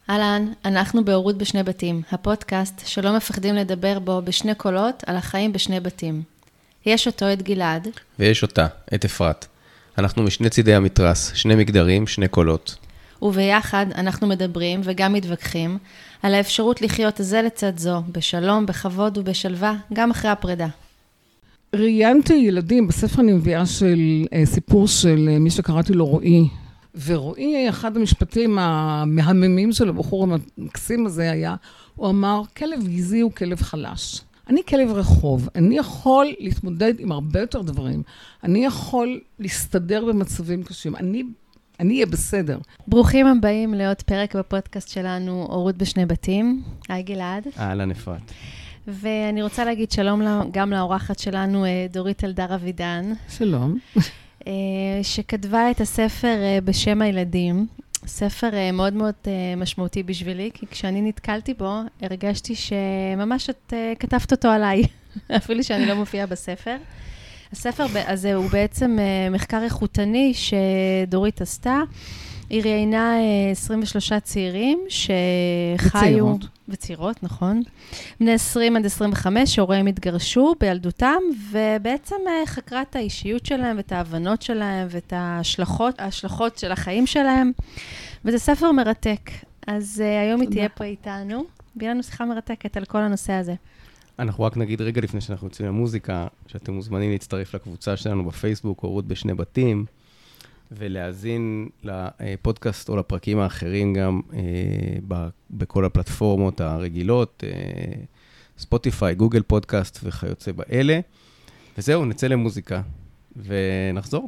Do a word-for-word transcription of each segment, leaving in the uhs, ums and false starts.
אהלן, אנחנו בהורות בשני בתים, הפודקאסט שלא מפחדים לדבר בו בשני קולות על החיים בשני בתים. יש אותו את גלעד. ויש אותה, את אפרת. אנחנו משני צידי המתרס, שני מגדרים, שני קולות. וביחד אנחנו מדברים וגם מתווכחים על האפשרות לחיות זה לצד זו, בשלום, בכבוד ובשלווה, גם אחרי הפרידה. ראיינתי ילדים, בספר אני מביאה של סיפור של מי שקראתי לו רועי, ורועי, אחד המשפטים המהממים של הבחור המקסים הזה היה, הוא אמר, כלב גזעי הוא כלב חלש. אני כלב רחוב, אני יכול להתמודד עם הרבה יותר דברים, אני יכול להסתדר במצבים קשים, אני, אני אהיה בסדר. ברוכים הבאים לעוד פרק בפודקאסט שלנו, הורות בשני בתים. היי גלעד. אהלן אפרת. ואני רוצה להגיד שלום גם לאורחת שלנו, דורית אלדר אבידן. שלום. שכתבה את הספר בשם הילדים, ספר מאוד מאוד משמעותי בשבילי, כי כשאני נתקלתי בו, הרגשתי שממש את כתבת אותו עליי, אפילו שאני לא מופיעה בספר. הספר הזה הוא בעצם מחקר איכותני שדורית עשתה, היא ראיינה עשרים ושלושה צעירים שחיו... וצעירות. וצעירות, נכון. בני עשרים עד עשרים וחמש, שהוריהם התגרשו בילדותם, ובעצם חקרה את האישיות שלהם, ואת ההבנות שלהם, ואת ההשלכות, ההשלכות של החיים שלהם. וזה ספר מרתק. אז היום היא תהיה פה איתנו, ויהיה לנו שיחה מרתקת על כל הנושא הזה. אנחנו רק נגיד רגע לפני שאנחנו יוצאים למוזיקה, שאתם מוזמנים להצטרף לקבוצה שלנו בפייסבוק, הורות בשני בתים, ולהזין לפודקאסט או לפרקים האחרים גם אה, בכל הפלטפורמות הרגילות, אה, ספוטיפיי, גוגל פודקאסט וכיוצא באלה. וזהו, נצא למוזיקה ונחזור.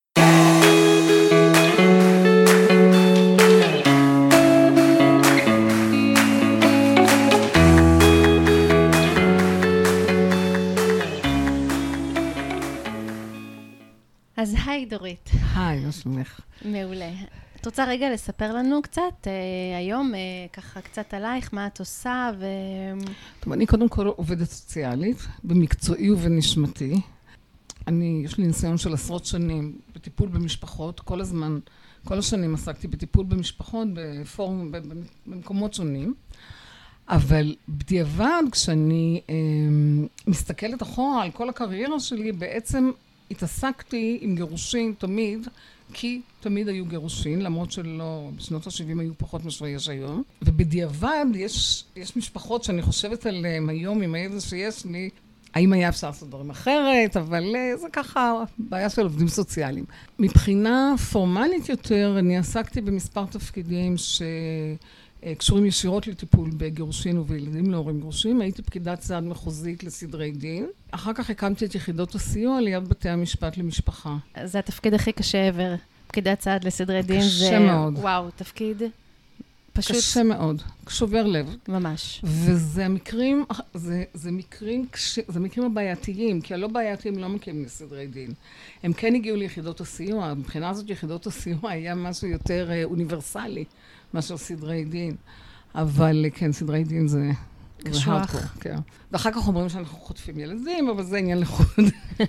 אז היי דורית. היי, מה שלומך? מעולה. את רוצה רגע לספר לנו קצת, אה, היום אה, ככה קצת עלייך, מה את עושה ו... טוב, אני קודם כל עובדת סוציאלית, במקצועי ובנשמתי. אני, יש לי ניסיון של עשרות שנים בטיפול במשפחות, כל הזמן, כל השנים עסקתי בטיפול במשפחות, בפורום, במקומות שונים. אבל בדיעבד, כשאני אה, מסתכלת אחורה על כל הקריירה שלי, בעצם התעסקתי עם גירושין תמיד, כי תמיד היו גירושין, למרות שלא, בשנות ה-שבעים היו פחות משהו יש היום. ובדיעבד יש, יש משפחות שאני חושבת עליהן היום עם הידע שיש לי, האם היה אפשר לעשות דברים אחרת, אבל זה ככה בעיה של עובדים סוציאליים. מבחינה פורמלית יותר, אני עסקתי במספר תפקידים ש... קשורים ישירות לטיפול בגירושין ובילדים להורים גרושים. הייתי פקידת סעד מחוזית לסדרי דין. אחר כך הקמתי את יחידות הסיוע ליד בתי המשפט למשפחה. זה התפקיד הכי קשה עבר. פקידת סעד לסדרי דין זה... קשה מאוד. וואו, תפקיד פשוט... קשה מאוד. שובר לב. ממש. וזה המקרים, זה, זה מקרים, זה מקרים הבעייתיים, כי הלא בעייתיים לא מקימים לסדרי דין. הם כן הגיעו ליחידות הסיוע. מבחינה הזאת יחידות הסיוע היה משהו יותר אוניברסלי. מאשר סדרי דין, אבל כן, סדרי דין זה... קשוח. כן. ואחר כך אומרים שאנחנו חוטפים ילדים, אבל זה עניין לחוד.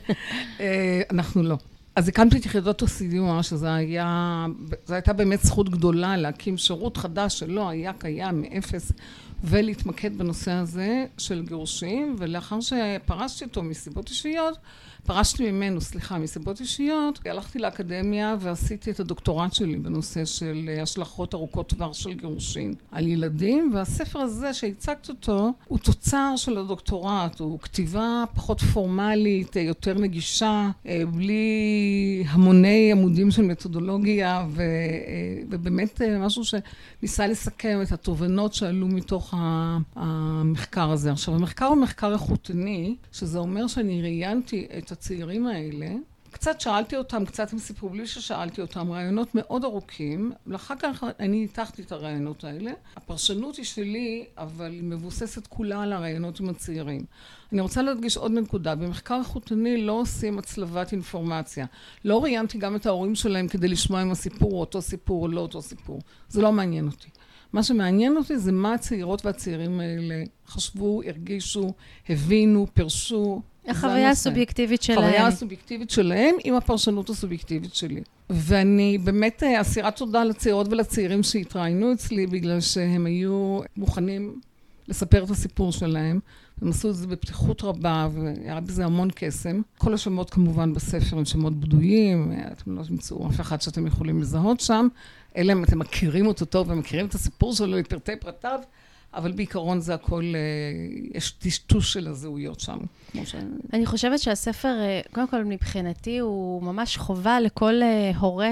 אנחנו לא. אז הקמתי את יחידות הסיוע, שזה היה, זו הייתה באמת זכות גדולה להקים שירות חדש שלא היה קיים מאפס, ולהתמקד בנושא הזה של גירושים, ולאחר שפרשתי אותו מסיבות אישיות, פרשתי ממנו, סליחה, מסיבות אישיות, הלכתי לאקדמיה ועשיתי את הדוקטורט שלי בנושא של השלכות ארוכות טווח של גירושין על ילדים, והספר הזה שהצגת אותו הוא תוצר של הדוקטורט, הוא כתיבה פחות פורמלית, יותר נגישה, בלי המוני עמודים של מתודולוגיה, ו, ובאמת משהו שניסה לסכם את התובנות שעלו מתוך המחקר הזה. עכשיו, המחקר הוא מחקר איכותני, שזה אומר שאני ראיינתי את הצעירים האלה, קצת שאלתי אותם, קצת הם סיפרו בלי ששאלתי אותם, רעיונות מאוד ארוכים, ואחר כך אני ניתחתי את הרעיונות האלה. הפרשנות היא שלי, אבל היא מבוססת כולה על הרעיונות עם הצעירים. אני רוצה להדגיש עוד נקודה, במחקר איכותני לא עושים הצלבת אינפורמציה. לא ראיינתי גם את ההורים שלהם כדי לשמוע אם הסיפור הוא אותו סיפור או לא אותו סיפור. זה לא מעניין אותי. מה שמעניין אותי זה מה הצעירות והצעירים האלה חשבו, הרגישו, הבינו, פרשו, החוויה הסובייקטיבית שלהם. החוויה הסובייקטיבית שלהם עם הפרשנות הסובייקטיבית שלי. ואני באמת אסירת תודה לצעירות ולצעירים שהתראיינו אצלי, בגלל שהם היו מוכנים לספר את הסיפור שלהם. הם עשו את זה בפתיחות רבה, והיה בזה המון קסם. כל השמות כמובן בספר הם שמות בדויים, אתם לא תמצאו אף אחד שאתם יכולים לזהות שם, אלא אם אתם מכירים אותו טוב ומכירים את הסיפור שלו לפרטי פרטיו, אבל בעיקרון זה הכל, יש טשטוש של הזהויות שם. אני חושבת שהספר, קודם כל מבחינתי, הוא ממש חובה לכל הורה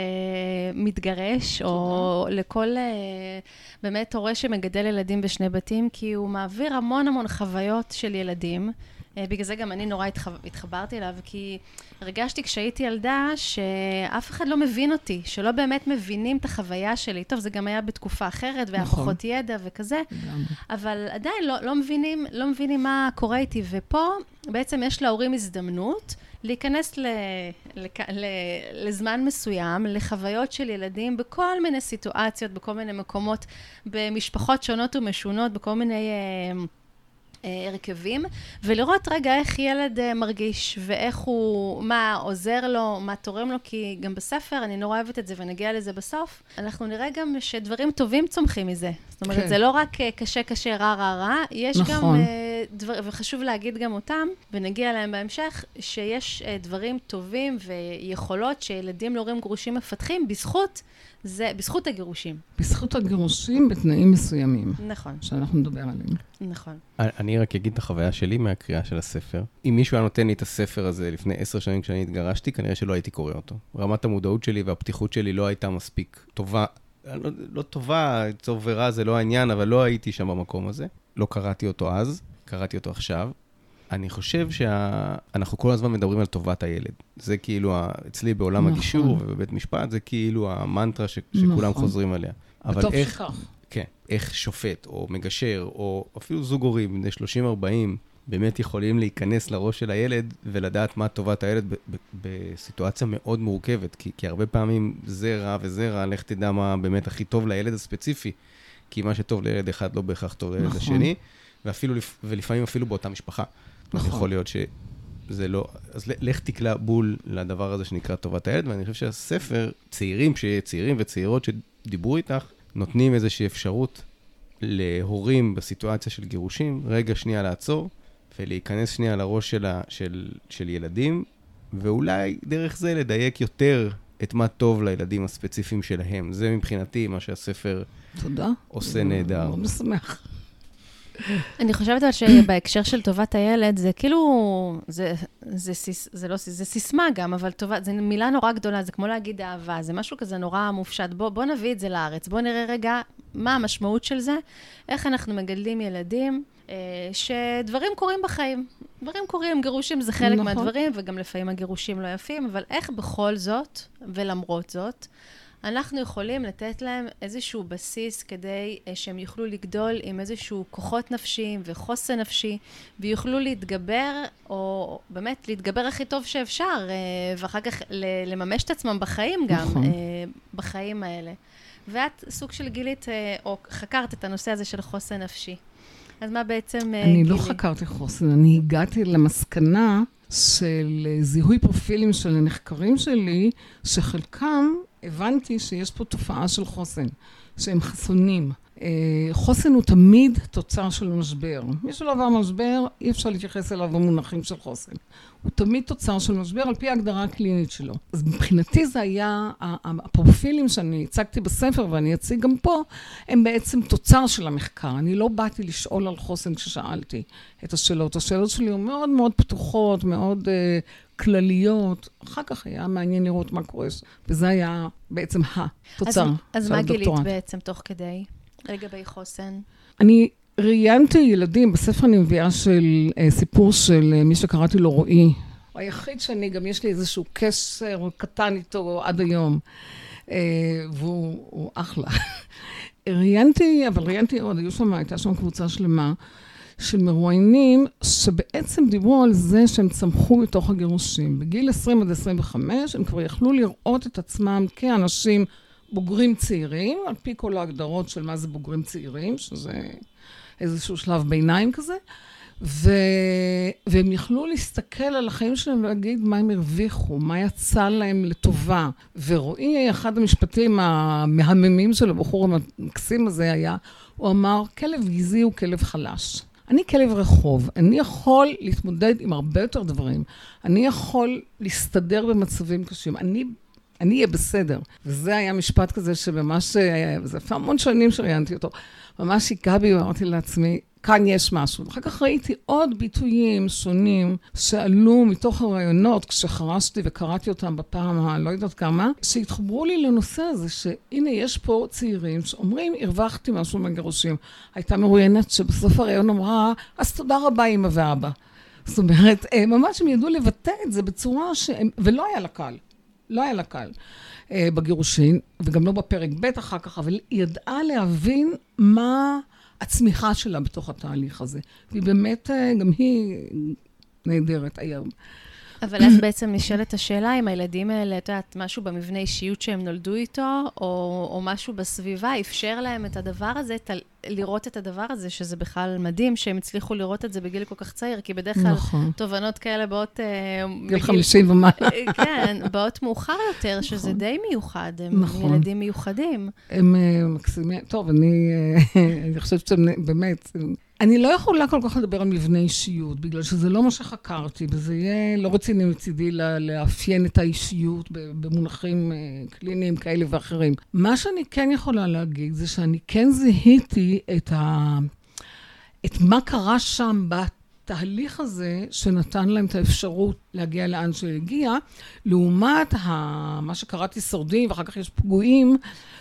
שמתגרש, או לכל באמת הורה שמגדל ילדים בשני בתים, כי הוא מעביר המון המון חוויות של ילדים. בגלל זה גם אני נורא התחברתי אליו, כי הרגשתי כשהייתי ילדה שאף אחד לא מבין אותי, שלא באמת מבינים את החוויה שלי. טוב, זה גם היה בתקופה אחרת, והיה נכון. פחות ידע וכזה, אבל עדיין לא, לא מבינים, לא מבינים מה קורה איתי, ופה בעצם יש להורים הזדמנות להיכנס ל, ל, ל, לזמן מסוים, לחוויות של ילדים בכל מיני סיטואציות, בכל מיני מקומות, במשפחות שונות ומשונות, בכל מיני הרכבים, ולראות רגע איך ילד מרגיש, ואיך הוא, מה עוזר לו, מה תורם לו, כי גם בספר, אני נורא אוהבת את זה, ונגיע לזה בסוף, אנחנו נראה גם שדברים טובים צומחים מזה. זאת אומרת, כן. זה לא רק קשה, קשה, רע, רע, רע, יש נכון. גם דבר, וחשוב להגיד גם אותם, ונגיע להם בהמשך, שיש דברים טובים ויכולות שילדים להורים גרושים מפתחים, בזכות, זה, בזכות הגירושים. בזכות הגירושים בתנאים מסוימים. נכון. שאנחנו נדבר עליהם. נכון. אני רק אגיד את החוויה שלי מהקריאה של הספר. אם מישהו היה נותן לי את הספר הזה לפני עשר שנים כשאני התגרשתי, כנראה שלא הייתי קורא אותו. רמת המודעות שלי והפתיחות שלי לא הייתה מספיק טובה. לא, לא טובה, טוב ורע זה לא העניין, אבל לא הייתי שם במקום הזה. לא קראתי אותו אז, קראתי אותו עכשיו. אני חושב שאנחנו כל הזמן מדברים על טובת הילד. זה כאילו, אצלי בעולם נכון. הגישור ובבית משפט, זה כאילו המנטרה ש, שכולם נכון. חוזרים עליה. אבל איך, שכך. כן, איך שופט או מגשר, או אפילו זוג הורים, בני שלושים ארבעים, באמת יכולים להיכנס לראש של הילד ולדעת מה טובת הילד ב- ב- בסיטואציה מאוד מורכבת, כי, כי הרבה פעמים זה רע וזה רע, לך תדע מה באמת הכי טוב לילד הספציפי, כי מה שטוב לילד אחד לא בהכרח טוב לילד נכון. השני, ואפילו, ולפעמים אפילו באותה משפחה. נכון. יכול להיות שזה לא, אז לך תקלע בול לדבר הזה שנקרא טובת הילד, ואני חושב שהספר, צעירים, צעירים וצעירות שדיברו איתך, נותנים איזושהי אפשרות להורים בסיטואציה של גירושים, רגע שנייה לעצור, ולהיכנס שנייה לראש שלה, של, של ילדים, ואולי דרך זה לדייק יותר את מה טוב לילדים הספציפיים שלהם. זה מבחינתי מה שהספר תודה. עושה נהדר. מאוד משמח. אני חושבת על שבהקשר של טובת הילד, זה כאילו, זה, זה, סיס, זה לא סיס, זה סיסמה גם, אבל טובה, זה מילה נורא גדולה, זה כמו להגיד אהבה, זה משהו כזה נורא מופשט. בוא, בוא נביא את זה לארץ, בוא נראה רגע מה המשמעות של זה, איך אנחנו מגדלים ילדים, אה, שדברים קורים בחיים. דברים קורים, גירושים זה חלק נכון. מהדברים, וגם לפעמים הגירושים לא יפים, אבל איך בכל זאת, ולמרות זאת, אנחנו יכולים לתת להם איזשהו בסיס כדי שהם יוכלו לגדול עם איזשהו כוחות נפשיים וחוסן נפשי, ויוכלו להתגבר, או באמת להתגבר הכי טוב שאפשר, ואחר כך לממש את עצמם בחיים גם, נכון. בחיים האלה. ואת סוג של גילית, או חקרת את הנושא הזה של חוסן נפשי. אז מה בעצם אני גילי? לא חקרתי חוסן, אני הגעתי למסקנה של זיהוי פרופילים של הנחקרים שלי, שחלקם הבנתי שיש פה תופעה של חוסן, שהם חסונים. חוסן הוא תמיד תוצר של משבר. מי שלא עבר משבר, אי אפשר להתייחס אליו במונחים של חוסן. הוא תמיד תוצר של משבר על פי ההגדרה הקלינית שלו. אז מבחינתי זה היה, הפרופילים שאני הצגתי בספר ואני אציג גם פה, הם בעצם תוצר של המחקר. אני לא באתי לשאול על חוסן כששאלתי את השאלות. השאלות שלי היו מאוד מאוד פתוחות, מאוד uh, כלליות. אחר כך היה מעניין לראות מה קורה, וזה היה בעצם התוצר. אז, אז מה גילית בעצם תוך כדי? לגבי חוסן. אני ראיינתי ילדים, בספר אני מביאה של אה, סיפור של אה, מי שקראתי לו רועי. היחיד שאני, גם יש לי איזשהו קשר קטן איתו עד היום, אה, והוא אחלה. ראיינתי, אבל ראיינתי עוד, היו שם, הייתה שם קבוצה שלמה, של מרואיינים, שבעצם דיברו על זה שהם צמחו בתוך הגירושים. בגיל עשרים עד עשרים וחמש, הם כבר יכלו לראות את עצמם כאנשים בוגרים צעירים, על פי כל ההגדרות של מה זה בוגרים צעירים, שזה איזשהו שלב ביניים כזה, ו... והם יכלו להסתכל על החיים שלהם ולהגיד מה הם הרוויחו, מה יצא להם לטובה. ורואי, אחד המשפטים המהממים של הבחור המקסים הזה היה, הוא אמר, כלב גזעי הוא כלב חלש. אני כלב רחוב, אני יכול להתמודד עם הרבה יותר דברים. אני יכול להסתדר במצבים קשים. אני, אני אהיה בסדר. וזה היה משפט כזה שממש, זה לפני המון שנים שראיינתי אותו, ממש היכה בי ואמרתי לעצמי, כאן יש משהו. אחר כך ראיתי עוד ביטויים שונים שעלו מתוך הרעיונות, כשחרשתי וקראתי אותם בפעם הלא יודעת כמה, שהתחברו לי לנושא הזה, שהנה יש פה צעירים שאומרים, הרווחתי משהו מהגירושים. הייתה מרואיינת שבסוף הרעיון אמרה, אז תודה רבה אמא ואבא. זאת אומרת, ממש הם ידעו לבטא את זה בצורה שהם, ולא היה לה קל. לא היה לה קל בגירושין, וגם לא בפרק ב' אחר כך, אבל היא ידעה להבין מה הצמיחה שלה בתוך התהליך הזה. והיא באמת, גם היא נהדרת היום. אבל אז בעצם נשאלת השאלה אם הילדים האלה, את יודעת, משהו במבנה אישיות שהם נולדו איתו, או, או משהו בסביבה, אפשר להם את הדבר הזה, את ה, לראות את הדבר הזה, שזה בכלל מדהים, שהם הצליחו לראות את זה בגיל כל כך צעיר, כי בדרך כלל נכון. תובנות כאלה באות... גיל חמישים ומעלה. כן, באות מאוחר יותר, נכון. שזה די מיוחד, הם נכון. ילדים מיוחדים. הם מקסימים, טוב, אני, אני חושבת שהם באמת... אני לא יכולה כל כך לדבר על מבנה אישיות, בגלל שזה לא מה שחקרתי, וזה יהיה לא רציני מצידי לאפיין את האישיות במונחים קליניים כאלה ואחרים. מה שאני כן יכולה להגיד, זה שאני כן זיהיתי את, ה... את מה קרה שם בתהליך הזה, שנתן להם את האפשרות להגיע לאן שהגיע, לעומת ה... מה שקראתי שורדים, ואחר כך יש פגועים,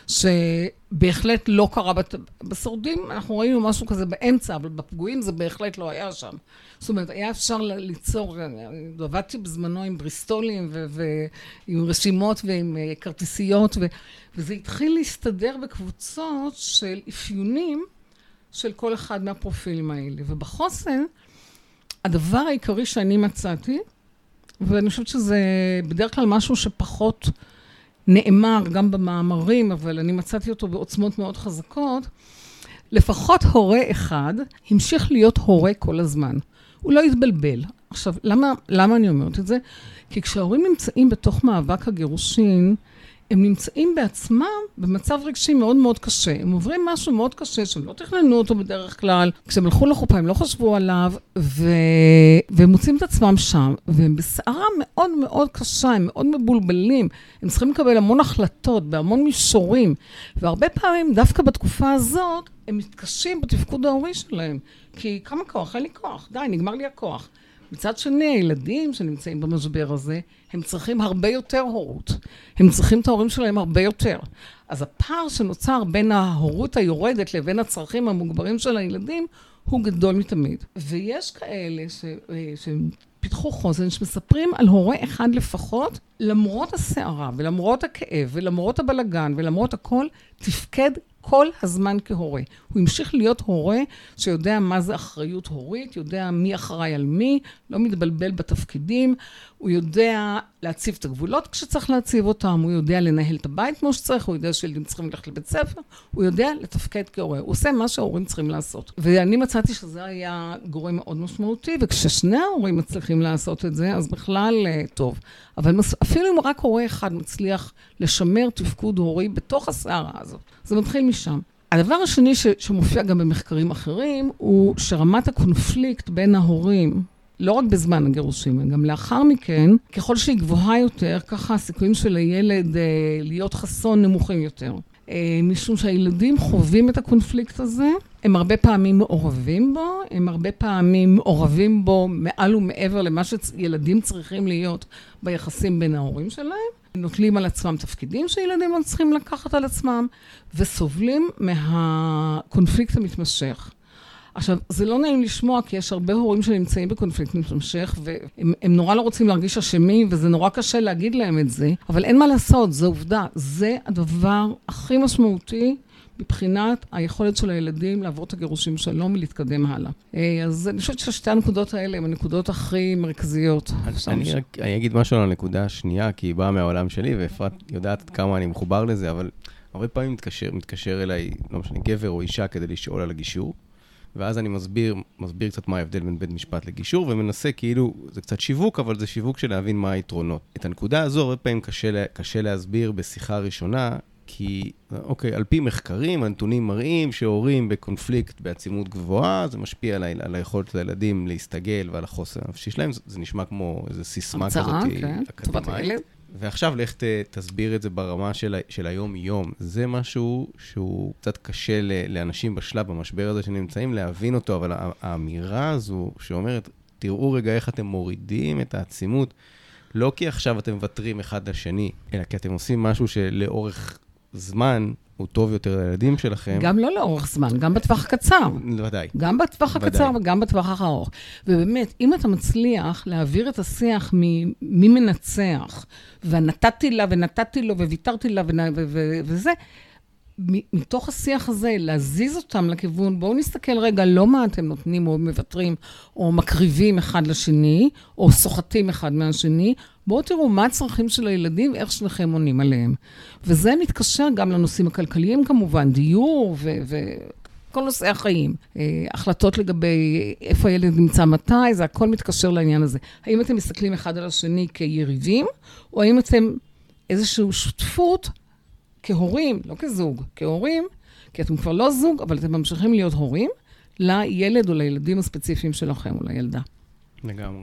שבהחלט לא קרה בת... בשורדים, אנחנו ראינו משהו כזה באמצע, אבל בפגועים זה בהחלט לא היה שם. זאת אומרת, היה אפשר ליצור, עבדתי בזמנו עם בריסטולים, ו... ועם רשימות ועם כרטיסיות, ו... וזה התחיל להסתדר בקבוצות של אפיונים של כל אחד מהפרופילים האלה. ובחוסן, הדבר העיקרי שאני מצאתי, ואני חושבת שזה בדרך כלל משהו שפחות נאמר גם במאמרים, אבל אני מצאתי אותו בעוצמות מאוד חזקות, לפחות הורה אחד המשיך להיות הורה כל הזמן. הוא לא התבלבל. עכשיו, למה, למה אני אומרת את זה? כי כשההורים נמצאים בתוך מאבק הגירושין, הם נמצאים בעצמם במצב רגשי מאוד מאוד קשה. הם עוברים משהו מאוד קשה, שהם לא תכננו אותו בדרך כלל. כשהם הלכו לחופה, הם לא חשבו עליו, ו... והם מוצאים את עצמם שם, והם בסערה מאוד מאוד קשה, הם מאוד מבולבלים. הם צריכים לקבל המון החלטות, בהמון מישורים. והרבה פעמים, דווקא בתקופה הזאת, הם מתקשים בתפקוד ההורי שלהם. כי כמה כוח? אין לי כוח. די, נגמר לי הכוח. מצד שני, הילדים שנמצאים במשבר הזה, הם צריכים הרבה יותר הורות. הם צריכים את ההורים שלהם הרבה יותר. אז הפער שנוצר בין ההורות היורדת לבין הצרכים המוגברים של הילדים, הוא גדול מתמיד. ויש כאלה ש... שפיתחו חוסן, שמספרים על הורה אחד לפחות, למרות הסערה ולמרות הכאב ולמרות הבלגן ולמרות הכל, תפקד כל הזמן כהורה. הוא המשיך להיות הורה שיודע מה זה אחריות הורית, יודע מי אחראי על מי, לא מתבלבל בתפקידים, הוא יודע להציב את הגבולות כשצריך להציב אותם, הוא יודע לנהל את הבית כמו שצריך, הוא יודע שילדים צריכים ללכת לבית ספר, הוא יודע לתפקד כהורה, הוא עושה מה שההורים צריכים לעשות. ואני מצאתי שזה היה גורם מאוד משמעותי, וכששני ההורים מצליחים לעשות את זה, אז בכלל טוב. אבל אפילו אם רק הורה אחד מצליח לשמר תפקוד הורי בתוך הסערה הזאת, זה מתחיל משם. הדבר השני ש- שמופיע גם במחקרים אחרים, הוא שרמת הקונפליקט בין ההורים, לא רק בזמן הגירושים, גם לאחר מכן, ככל שהיא גבוהה יותר, ככה הסיכויים של הילד אה, להיות חסון נמוכים יותר. אה, משום שהילדים חווים את הקונפליקט הזה, הם הרבה פעמים מעורבים בו, הם הרבה פעמים מעורבים בו מעל ומעבר למה שילדים צריכים להיות ביחסים בין ההורים שלהם. נוטלים על עצמם תפקידים שילדים צריכים לקחת על עצמם, וסובלים מהקונפליקט המתמשך. עכשיו, זה לא נעים לשמוע, כי יש הרבה הורים שנמצאים בקונפליקט מתמשך, והם הם נורא לא רוצים להרגיש אשמים, וזה נורא קשה להגיד להם את זה, אבל אין מה לעשות, זו עובדה. זה הדבר הכי משמעותי מבחינת היכולת של הילדים לעבור את הגירושים שלום ולהתקדם הלאה. אז אני חושבת ששתי הנקודות האלה הן הנקודות הכי מרכזיות. אני רק אני אגיד משהו על הנקודה השנייה, כי היא באה מהעולם שלי, ואפרת יודעת עד כמה אני מחובר לזה, אבל הרבה פעמים מתקשר, מתקשר אליי, לא משנה, גבר או אישה כדי לשאול על הגישור, ואז אני מסביר, מסביר קצת מה ההבדל בין בית משפט לגישור, ומנסה כאילו, זה קצת שיווק, אבל זה שיווק של להבין מה היתרונות. את הנקודה הזו הרבה פעמים קשה, קשה להסביר בשיחה ראשונה, כי, אוקיי, על פי מחקרים, הנתונים מראים שהורים בקונפליקט בעצימות גבוהה, זה משפיע על, על היכולת של הילדים להסתגל ועל החוסן הנפשי שלהם, זה, זה נשמע כמו איזו סיסמה כזאת כן. אקדמית. ועכשיו לך ת, תסביר את זה ברמה של, של היום-יום. זה משהו שהוא קצת קשה ל, לאנשים בשלב, במשבר הזה שנמצאים, להבין אותו, אבל האמירה הזו שאומרת, תראו רגע איך אתם מורידים את העצימות, לא כי עכשיו אתם מוותרים אחד לשני, אלא כי אתם עושים משהו שלאורך זמן הוא טוב יותר לילדים שלכם. גם לא לאורך זמן, גם בטווח הקצר. ודאי. גם בטווח הקצר וגם בטווח הארוך. ובאמת, אם אתה מצליח להעביר את השיח ממי מנצח, ונתתי לה ונתתי לו וויתרתי לה וזה, מתוך השיח הזה, להזיז אותם לכיוון, בואו נסתכל רגע, לא מה אתם נותנים או מבטרים, או מקריבים אחד לשני, או סוחטים אחד מהשני, בואו תראו מה הצרכים של הילדים, ואיך שלכם עונים עליהם. וזה מתקשר גם לנושאים הכלכליים כמובן, דיור וכל נושאי החיים. החלטות לגבי איפה הילד נמצא מתי, זה הכל מתקשר לעניין הזה. האם אתם מסתכלים אחד על השני כיריבים, או האם אתם איזושהי שותפות, כהורים, לא כזוג, כהורים, כי אתם כבר לא זוג, אבל אתם ממשיכים להיות הורים, לילד או לילדים הספציפיים שלכם, או לילדה. לגמרי.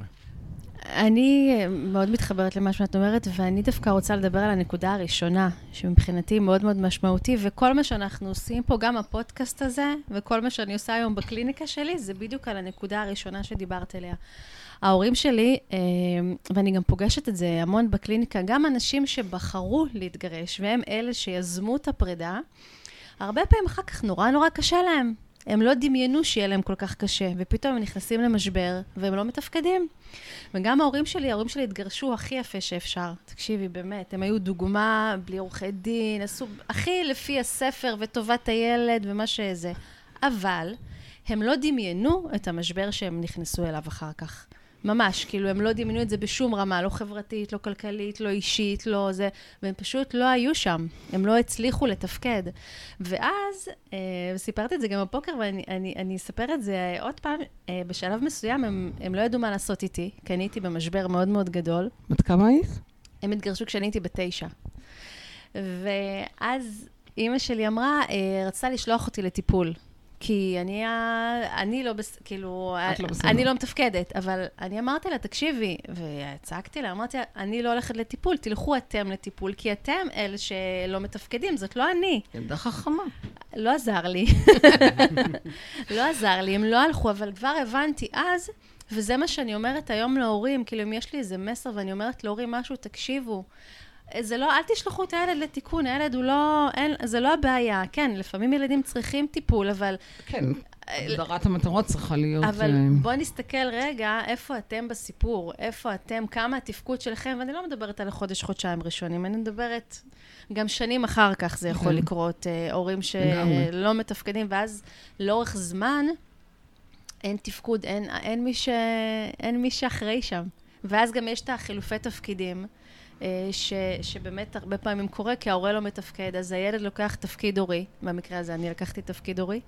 אני מאוד מתחברת למה שאת אומרת, ואני דווקא רוצה לדבר על הנקודה הראשונה, שמבחינתי מאוד מאוד משמעותי, וכל מה שאנחנו עושים פה, גם הפודקאסט הזה, וכל מה שאני עושה היום בקליניקה שלי, זה בדיוק על הנקודה הראשונה שדיברת עליה. ההורים שלי, ואני גם פוגשת את זה המון בקליניקה, גם אנשים שבחרו להתגרש, והם אלה שיזמו את הפרידה, הרבה פעמים אחר כך נורא נורא קשה להם. הם לא דמיינו שיהיה להם כל כך קשה, ופתאום הם נכנסים למשבר, והם לא מתפקדים. וגם ההורים שלי, ההורים שלי התגרשו הכי יפה שאפשר. תקשיבי, באמת, הם היו דוגמה, בלי עורכי דין, עשו הכי לפי הספר וטובת הילד ומה שזה. אבל הם לא דמיינו את המשבר שהם נכנסו אליו אחר כך. ממש, כאילו הם לא דמיינו את זה בשום רמה, לא חברתית, לא כלכלית, לא אישית, לא זה, והם פשוט לא היו שם, הם לא הצליחו לתפקד. ואז, אה, סיפרתי את זה גם בפוקר, ואני אני, אני אספר את זה עוד פעם, אה, בשלב מסוים הם, הם לא ידעו מה לעשות איתי, כי אני הייתי במשבר מאוד מאוד גדול. בת כמה היית? הם התגרשו כשאני הייתי בתשע. ואז אמא שלי אמרה, אה, רצתה לשלוח אותי לטיפול. כי אני, אני לא, כאילו, לא אני לא מתפקדת, אבל אני אמרתי לה, תקשיבי, והצעקתי לה, אמרתי לה, אני לא הולכת לטיפול, תלכו אתם לטיפול, כי אתם אלה שלא מתפקדים, זאת לא אני. ילדה חכמה. לא עזר לי. לא עזר לי, הם לא הלכו, אבל כבר הבנתי אז, וזה מה שאני אומרת היום להורים, כאילו אם יש לי איזה מסר ואני אומרת להורים משהו, תקשיבו, זה לא, אל תשלחו את הילד לתיקון, הילד הוא לא, אין, זה לא הבעיה, כן, לפעמים ילדים צריכים טיפול, אבל... כן, הגדרת המטרות צריכה להיות... אבל בוא נסתכל רגע, איפה אתם בסיפור, איפה אתם, כמה התפקוד שלכם, ואני לא מדברת על החודש, חודשיים ראשונים, אני מדברת גם שנים אחר כך זה יכול לקרות, הורים שלא מתפקדים, ואז לאורך זמן אין תפקוד, אין, אין מי ש, אין מי שאחראי שם. ואז גם יש את החילופי תפקידים, ש, שבאמת הרבה פעמים קורה, כי ההורה לא מתפקד, אז הילד לוקח תפקיד הורי, במקרה הזה אני לקחתי תפקיד הורי,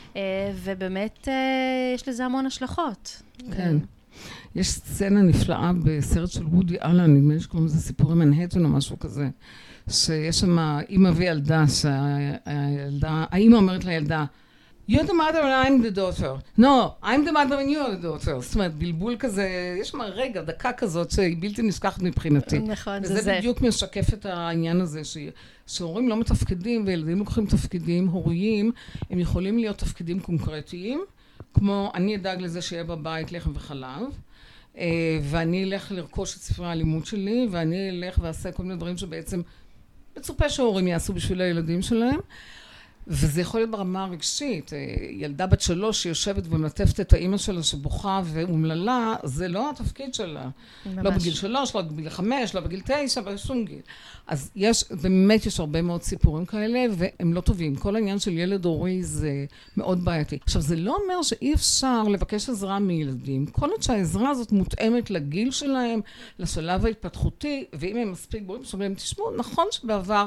ובאמת יש לזה המון השלכות. כן. יש סצנה נפלאה בסרט של וודי אלן, נדמה לי שקוראים לזה סיפורי מנהטן או משהו כזה, שיש שם אימא וילדה, שהילדה, האימא אומרת לילדה, You're the mother and I'm the daughter. No, I'm the mother and you're the daughter. זאת אומרת, בלבול כזה, יש שם רגע, דקה כזאת שהיא בלתי נשכחת מבחינתי. נכון, זה זה. וזה בדיוק משקף את העניין הזה, שהורים לא מתפקדים וילדים לוקחים תפקידים הוריים, הם יכולים להיות תפקידים קונקרטיים, כמו אני אדאג לזה שיהיה בבית לחם וחלב, ואני אלך לרכוש את ספרי הלימוד שלי, ואני אלך ועשה כל מיני דברים שבעצם מצופה שההורים יעשו בשביל הילדים שלהם, וזה יכול להיות ברמה הרגשית. ילדה בת שלוש שיושבת ומלטפת את האמא שלה שבוכה ואומללה, זה לא התפקיד שלה. ממש. לא בגיל שלוש, לא בגיל חמש, לא בגיל תשע, בשום גיל. אז יש, באמת יש הרבה מאוד סיפורים כאלה, והם לא טובים. כל העניין של ילד הורי זה מאוד בעייתי. עכשיו, זה לא אומר שאי אפשר לבקש עזרה מילדים. כל עוד שהעזרה הזאת מותאמת לגיל שלהם, לשלב ההתפתחותי, ואם הם מספיק בורים, שאומרים, תשמעו, נכון שבעבר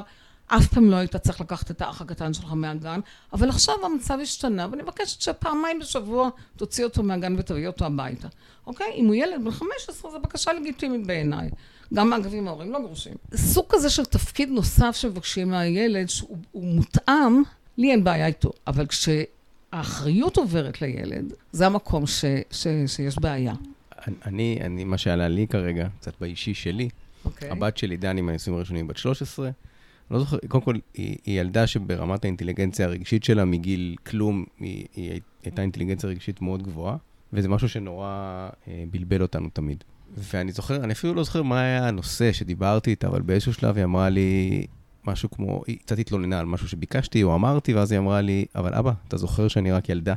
אף פעם לא היית צריך לקחת את האח הקטן שלך מהגן, אבל עכשיו המצב השתנה, ואני מבקשת שפעמיים בשבוע תוציא אותו מהגן ותביא אותו הביתה. אוקיי? אם הוא ילד בן חמש עשרה, זו בקשה לגיטימית בעיניי. גם אגב עם ההורים לא גרושים. סוג כזה של תפקיד נוסף שמבקשים מהילד, שהוא מותאם, לי אין בעיה איתו. אבל כשהאחריות עוברת לילד, זה המקום ש, ש, שיש בעיה. אני, אני, מה שעלה לי כרגע, קצת באישי שלי, אוקיי. הבת שלי, דני, מהנישואים הראשונים, בת שלוש עשרה, לא זוכר, קודם כל, היא, היא ילדה שברמת האינטליגנציה הרגשית שלה, מגיל כלום, היא, היא הייתה אינטליגנציה רגשית מאוד גבוהה, וזה משהו שנורא אה, בלבל אותנו תמיד. ואני זוכר, אני אפילו לא זוכר מה היה הנושא שדיברתי איתה, אבל באיזשהו שלב היא אמרה לי משהו כמו, היא קצת התלוננה על משהו שביקשתי או אמרתי, ואז היא אמרה לי, אבל אבא, אתה זוכר שאני רק ילדה?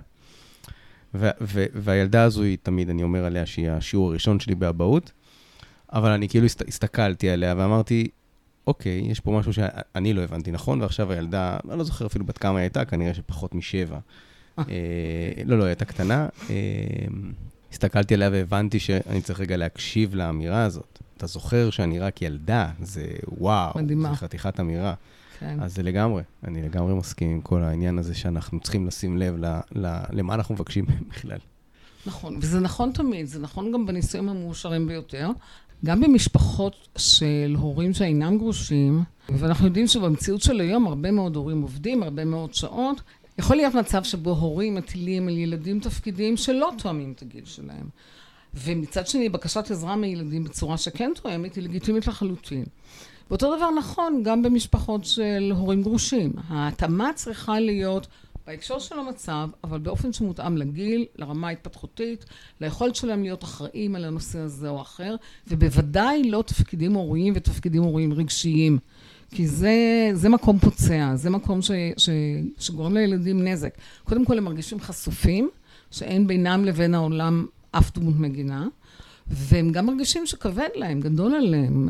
ו- ו- והילדה הזו היא תמיד, אני אומר עליה שהיא השיעור הראשון שלי באבהות, אבל אני כאילו הסת- הסתכלתי עליה ואמרתי, אוקיי, יש פה משהו שאני לא הבנתי נכון, ועכשיו הילדה, אני לא זוכר אפילו בת כמה היא הייתה, כנראה שפחות משבע. אה, לא, לא, היא הייתה קטנה. אה, הסתכלתי עליה והבנתי שאני צריך רגע להקשיב לאמירה הזאת. אתה זוכר שאני רק ילדה, זה וואו, מדהימה. זה חתיכת אמירה. כן. אז זה לגמרי, אני לגמרי מסכים עם כל העניין הזה שאנחנו צריכים לשים לב ל, ל, למה אנחנו מבקשים בכלל. נכון, וזה נכון תמיד, זה נכון גם בנישואים המאושרים ביותר, גם במשפחות של הורים שאינם גרושים, ואנחנו יודעים שבמציאות של היום הרבה מאוד הורים עובדים, הרבה מאוד שעות, יכול להיות מצב שבו הורים מטילים על ילדים תפקידים שלא תואמים את הגיל שלהם. ומצד שני, בקשת עזרה מילדים בצורה שכן תואמת, היא לגיטימית לחלוטין. ואותו דבר נכון גם במשפחות של הורים גרושים. ההתאמה צריכה להיות בהקשר של המצב, אבל באופן שמותאם לגיל, לרמה ההתפתחותית, ליכולת שלהם להיות אחראים על הנושא הזה או אחר, ובוודאי לא תפקידים הוריים ותפקידים הוריים רגשיים. כי זה, זה מקום פוצע, זה מקום ש, ש, שגורם לילדים נזק. קודם כל הם מרגישים חשופים, שאין בינם לבין העולם אף דמות מגינה, והם גם מרגישים שכבד להם, גדול עליהם,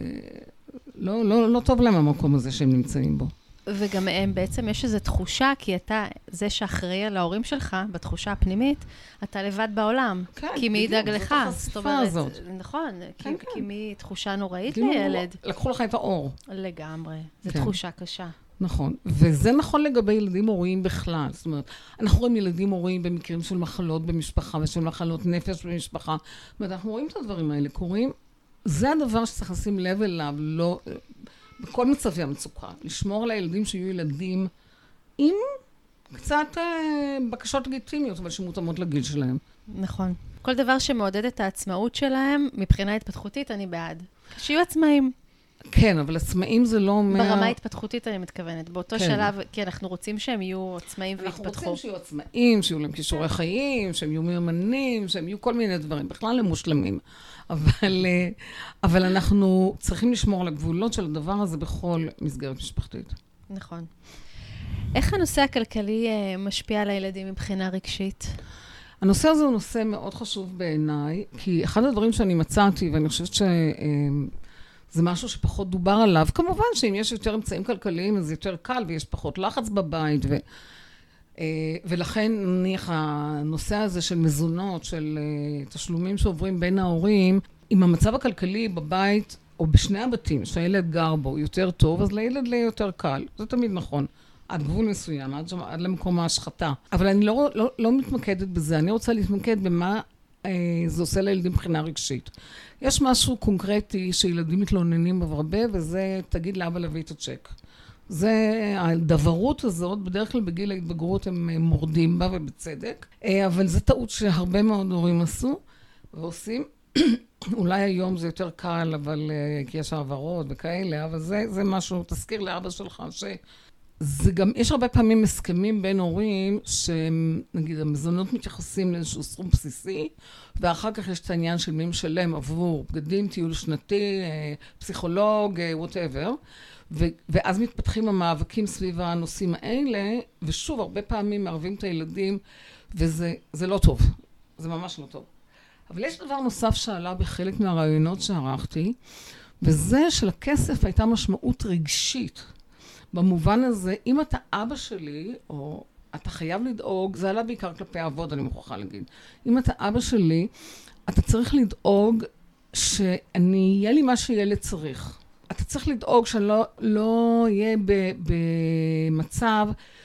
לא, לא, לא טוב להם המקום הזה שהם נמצאים בו. וגם הם בעצם יש איזו תחושה, כי אתה, זה שאחראי על ההורים שלך, בתחושה הפנימית, אתה לבד בעולם. כן, כי מי ידאג לך? זאת החשיפה הזאת. נכון, כן, כי, כן. כי מי תחושה נוראית כאילו, לילד. לקחו לך את האור. לגמרי. זו כן. תחושה קשה. נכון, וזה נכון לגבי ילדים הוריים בכלל. זאת אומרת, אנחנו רואים ילדים הוריים במקרים של מחלות במשפחה ושל מחלות נפש במשפחה. זאת אומרת, אנחנו רואים את הדברים האלה קורים. זה הדבר שצריך לשים לב אליו, לא, בכל מצבי המצוקה. לשמור על הילדים שיהיו ילדים עם קצת אה, בקשות לגיטימיות, אבל שמותאמות לגיל שלהם. נכון. כל דבר שמעודד את העצמאות שלהם, מבחינה התפתחותית, אני בעד. שיהיו עצמאים. כן, אבל עצמאים זה לא אומר... ברמה ההתפתחותית אני מתכוונת. באותו כן. שלב, כי אנחנו רוצים שהם יהיו עצמאים אנחנו ויתפתחו. רוצים שיהיו עצמאים, שיהיו להם כישורי חיים, שהם יהיו מיומנים, שהם יהיו כל מיני דברים. בכלל הם מושלמים. אבל, אבל אנחנו צריכים לשמור על הגבולות של הדבר הזה בכל מסגרת משפחתית. נכון. איך הנושא הכלכלי משפיע על הילדים מבחינה רגשית? הנושא הזה הוא נושא מאוד חשוב בעיניי, כי אחד הדברים שאני מצאתי, ואני חושבת ש... זה משהו שפחות דובר עליו. כמובן שאם יש יותר אמצעים כלכליים, אז זה יותר קל ויש פחות לחץ בבית. ו, ולכן נניח הנושא הזה של מזונות, של תשלומים שעוברים בין ההורים, אם המצב הכלכלי בבית או בשני הבתים שהילד גר בו יותר טוב, אז לילד יהיה יותר קל. זה תמיד נכון. עד גבול מסוים, עד, עד למקום ההשחתה. אבל אני לא, לא, לא מתמקדת בזה. אני רוצה להתמקד במה זה עושה לילדים מבחינה רגשית. יש משהו קונקרטי שילדים מתלוננים הרבה, וזה תגיד לאבא להביא את הצ'ק. זה, הדברות הזאת, בדרך כלל בגיל ההתבגרות הם מורדים בה ובצדק, אבל זו טעות שהרבה מאוד הורים עשו ועושים. אולי היום זה יותר קל, אבל כי יש העברות וכאלה, אבל זה, זה משהו, תזכיר לאבא שלך ש... זה גם, יש הרבה פעמים הסכמים בין הורים שנגיד המזונות מתייחסים לאיזשהו סכום בסיסי, ואחר כך יש את העניין של מי משלם עבור בגדים, טיול שנתי, פסיכולוג, whatever, ו- ואז מתפתחים המאבקים סביב הנושאים האלה, ושוב, הרבה פעמים מערבים את הילדים, וזה זה לא טוב, זה ממש לא טוב. אבל יש דבר נוסף שעלה בחלק מהרעיונות שערכתי, וזה שלכסף הייתה משמעות רגשית. במובן הזה, אם אתה אבא שלי, או אתה חייב לדאוג, זה עלה בעיקר כלפי האבות, אני מוכרחה להגיד. אם אתה אבא שלי, אתה צריך לדאוג שאני, יהיה לי מה שילד צריך. אתה צריך לדאוג שלא לא יהיה ב, במצב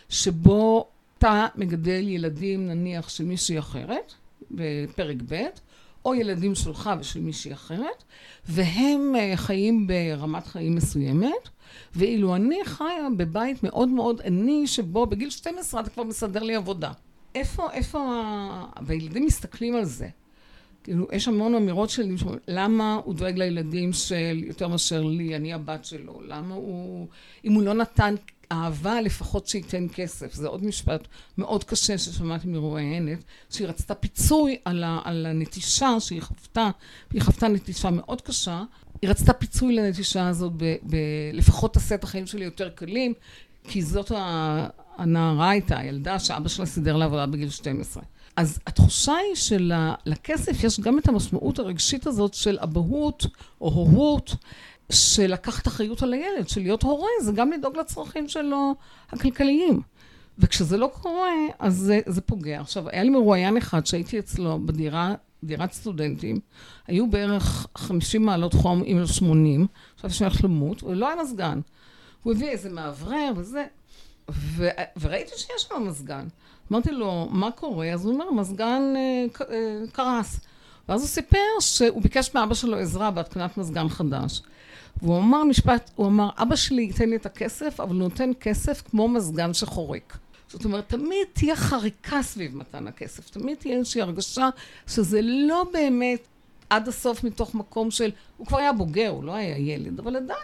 שבו אתה מגדל ילדים, נניח, של מישהי אחרת, בפרק ב', או ילדים שלך ושל מישהי אחרת, והם חיים ברמת חיים מסוימת, ואילו אני חיה בבית מאוד מאוד עני, שבו בגיל שתים עשרה אתה כבר מסדר לי עבודה. איפה, איפה, והילדים מסתכלים על זה. כאילו, יש המון אמירות שלי, למה הוא דואג לילדים של יותר מאשר לי, אני הבת שלו, למה הוא, אם הוא לא נתן אהבה, לפחות שייתן כסף. זה עוד משפט מאוד קשה ששמעתי מרואיינת, שהיא רצתה פיצוי על, ה, על הנטישה שהיא חוותה, והיא חוותה נטישה מאוד קשה, היא רצתה פיצוי לנטישה הזאת, ב, ב, לפחות תעשה את החיים שלי יותר קלים, כי זאת הנערה הייתה, הילדה שאבא שלה סידר לעבודה בגיל שתים עשרה. אז התחושה היא שלכסף יש גם את המשמעות הרגשית הזאת של אבהות או הורות, של לקחת אחריות על הילד, של להיות הורה, זה גם לדאוג לצרכים שלו הכלכליים. וכשזה לא קורה, אז זה, זה פוגע. עכשיו, היה לי מרואיין אחד שהייתי אצלו בדירה, דירת סטודנטים, היו בערך חמישים מעלות חום עם שמונים, עכשיו יש הולך למות, ולא היה מזגן. הוא הביא איזה מעברר וזה, ו, וראיתי שיש לו מזגן. אמרתי לו, מה קורה? אז הוא אומר, מזגן אה, אה, קרס. ואז הוא סיפר שהוא ביקש מאבא שלו עזרה בהתקנת מזגן חדש. והוא אמר משפט, הוא אמר, אבא שלי ייתן לי את הכסף, אבל הוא נותן כסף כמו מזגן שחורק. זאת אומרת, תמיד תהיה חריקה סביב מתן הכסף, תמיד תהיה איזושהי הרגשה שזה לא באמת עד הסוף מתוך מקום של, הוא כבר היה בוגר, הוא לא היה ילד, אבל עדיין,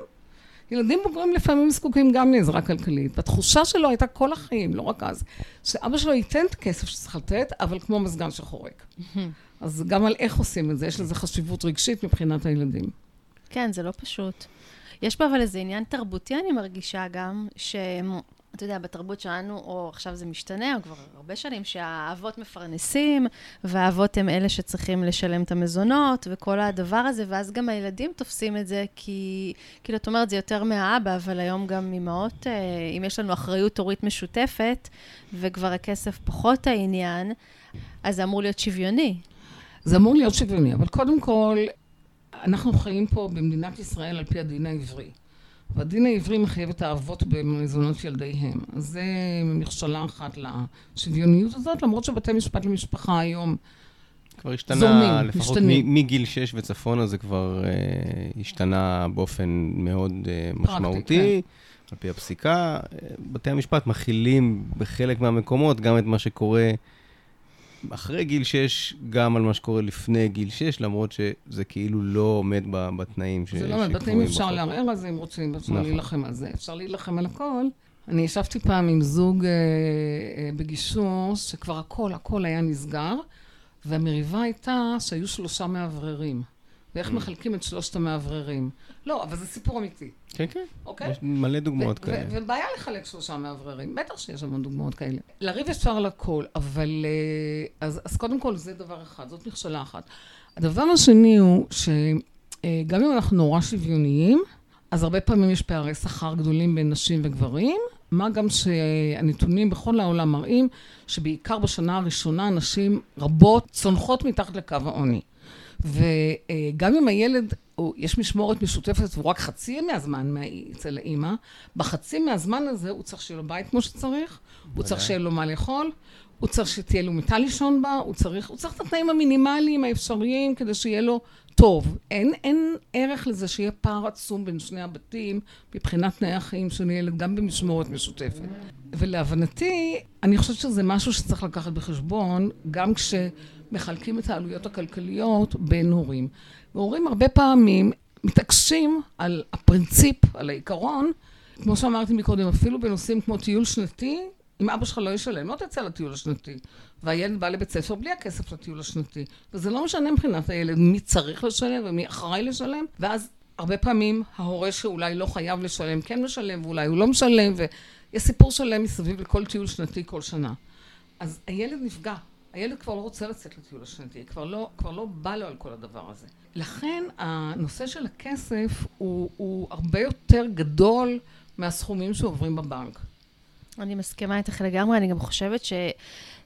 ילדים בוגרים לפעמים זקוקים גם לעזרה כלכלית. והתחושה שלו הייתה כל החיים, לא רק אז, שאבא שלו ייתן את הכסף שצריך לתת, אבל כמו מזגן שחורק. אז גם על איך עושים את זה, יש לזה חשיבות רגשית מבחינת הילדים. כן, זה לא פשוט. יש פה אבל איזה עניין תרבותי, אני מרגישה גם, שאתה יודע, בתרבות שלנו, או עכשיו זה משתנה, או כבר הרבה שנים, שהאבות מפרנסים, והאבות הם אלה שצריכים לשלם את המזונות, וכל הדבר הזה, ואז גם הילדים תופסים את זה, כי, כאילו, את אומרת, זה יותר מהאבא, אבל היום גם אמהות, אם יש לנו אחריות הורית משותפת, וכבר הכסף פחות העניין, אז זה אמור להיות שוויוני. זה אמור להיות שוויוני, אבל קודם כל, אנחנו חיים פה במדינת ישראל על פי הדין העברי. והדין העברי מחייב את האבות במזונות ילדיהם. אז זה מכשלה אחת לשוויוניות הזאת, למרות שבתי משפט למשפחה היום כבר השתנה, זורמים, לפחות משתנים. מגיל שש וצפונה זה כבר אה, השתנה באופן מאוד אה, משמעותי. פרקטי, על פי הפסיקה, בתי המשפט מכילים בחלק מהמקומות גם את מה שקורה אחרי גיל שש, גם על מה שקורה לפני גיל שש, למרות שזה כאילו לא עומד בתנאים שקבועים בחוק. זה לא עומד, בתנאים אפשר לערער על זה אם רוצים, אפשר להילחם על זה. אפשר להילחם על הכל. אני ישבתי פעם עם זוג בגישור, שכבר הכל, הכל היה נסגר, והמריבה הייתה שהיו שלושה מאווררים. ואיך מחלקים את שלושת המאווררים. לא, אבל זה סיפור אמיתי. כן, כן. אוקיי? יש מלא דוגמאות כאלה. ובעיה לחלק שלושה מאווררים. בטח שיש המון דוגמאות כאלה. לריב אפשר לכל, אבל אז, אז קודם כל זה דבר אחד, זאת מכשלה אחת. הדבר השני הוא שגם אם אנחנו נורא שוויוניים, אז הרבה פעמים יש פערי שכר גדולים בין נשים וגברים, מה גם שהנתונים בכל העולם מראים שבעיקר בשנה הראשונה נשים רבות צונחות מתחת לקו העוני. וגם אם הילד, יש משמורת משותפת והוא רק חצי מהזמן אצל האמא, בחצי מהזמן הזה הוא צריך שיהיה לו בית כמו שצריך, הוא צריך שיהיה לו מה לאכול, הוא צריך שתהיה לו מיטה לישון בה, הוא צריך, הוא צריך את התנאים המינימליים האפשריים כדי שיהיה לו טוב. אין, אין ערך לזה שיהיה פער עצום בין שני הבתים מבחינת תנאי החיים של ילד, גם במשמורת משותפת. ולהבנתי, אני חושבת שזה משהו שצריך לקחת בחשבון, גם כשמחלקים את העלויות הכלכליות בין הורים. והורים הרבה פעמים מתעקשים על הפרינציפ, על העיקרון, כמו שאמרתי מקודם, אפילו בנושאים כמו טיול שנתי, אם אבא שלך לא ישלם, לא תצא לטיול השנתי. והילד בא לבית ספר בלי הכסף לטיול השנתי. וזה לא משנה מבחינת הילד מי צריך לשלם ומי אחראי לשלם. ואז הרבה פעמים ההורה שאולי לא חייב לשלם, כן משלם, ואולי הוא לא משלם, ויש סיפור שלם מסביב לכל טיול שנתי כל שנה. אז הילד נפגע. הילד כבר לא רוצה לצאת לטיול השנתי, כבר לא, כבר לא בא לו על כל הדבר הזה. לכן הנושא של הכסף הוא, הוא הרבה יותר גדול מהסכומים שעוברים בבנק. אני מסכימה איתך לגמרי, אני גם חושבת ש...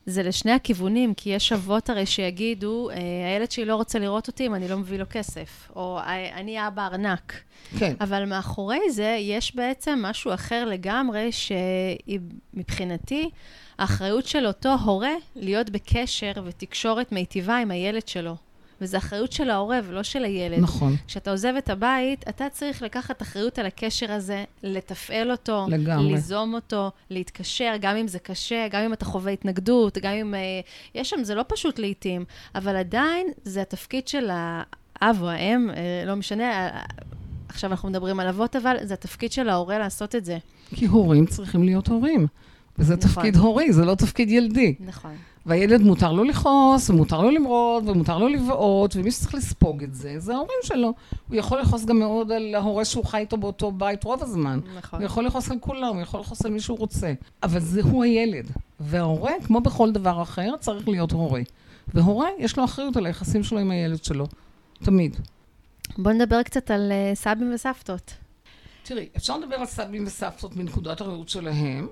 זה לשני הכיוונים, כי יש אבות הרי שיגידו, הילד שלי לא רוצה לראות אותי אם אני לא מביא לו כסף, או אני אבא ארנק. כן. אבל מאחורי זה יש בעצם משהו אחר לגמרי, שמבחינתי, האחריות של אותו הורה להיות בקשר ותקשורת מיטיבה עם הילד שלו. וזו אחריות של ההורה ולא של הילד. נכון. כשאתה עוזב את הבית, אתה צריך לקחת אחריות על הקשר הזה, לתפעל אותו, לגמרי. ליזום אותו, להתקשר, גם אם זה קשה, גם אם אתה חווה התנגדות, גם אם... יש שם, זה לא פשוט לעתים, אבל עדיין זה התפקיד של האב או האם, לא משנה, עכשיו אנחנו מדברים על אבות, אבל זה התפקיד של ההורה לעשות את זה. כי הורים צריכים להיות הורים. וזה נכון. תפקיד הורי, זה לא תפקיד ילדי. נכון. והילד מותר לו לכעוס, ומותר לו למרוד, ומותר לו לבעוט, ומי שצריך לספוג את זה, זה ההורים שלו. הוא יכול לכעוס גם מאוד על ההורה שהוא חי איתו באותו בית רוב הזמן. נכון. הוא יכול לכעוס על כולם, הוא יכול לכעוס על מי שהוא רוצה. אבל זה הוא הילד. וההורה, כמו בכל דבר אחר, צריך להיות הורה. והורה, יש לו אחריות על היחסים שלו עם הילד שלו. תמיד. בוא נדבר קצת על uh, סבים וסבתות. תראי, אפשר לדבר על סבים וסבתות מנקודת הראות שלהם,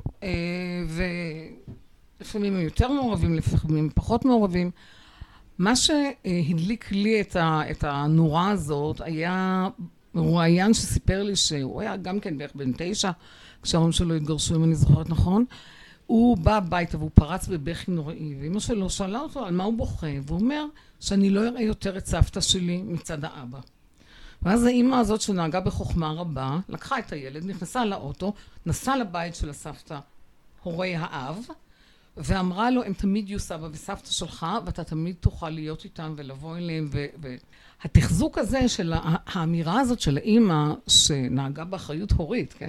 ולפעמים הם יותר מעורבים, לפעמים הם פחות מעורבים. מה שהדליק לי את, ה, את הנורה הזאת היה רואיין שסיפר לי שהוא היה גם כן בערך בן תשע, כשההורים שלו התגרשו, אם אני זוכרת נכון. הוא בא הביתה והוא פרץ בבכי נוראי, ואמא שלו שאלה אותו על מה הוא בוכה, והוא אומר שאני לא אראה יותר את סבתא שלי מצד האבא. ואז האמא הזאת שנהגה בחוכמה רבה, לקחה את הילד, נכנסה לאוטו, נסעה לבית של הסבתא, הורי האב, ואמרה לו, הם תמיד יהיו סבא וסבתא שלך, ואתה תמיד תוכל להיות איתם ולבוא אליהם. והתחזוק הזה של האמירה הזאת של האמא, שנהגה באחריות הורית, כן?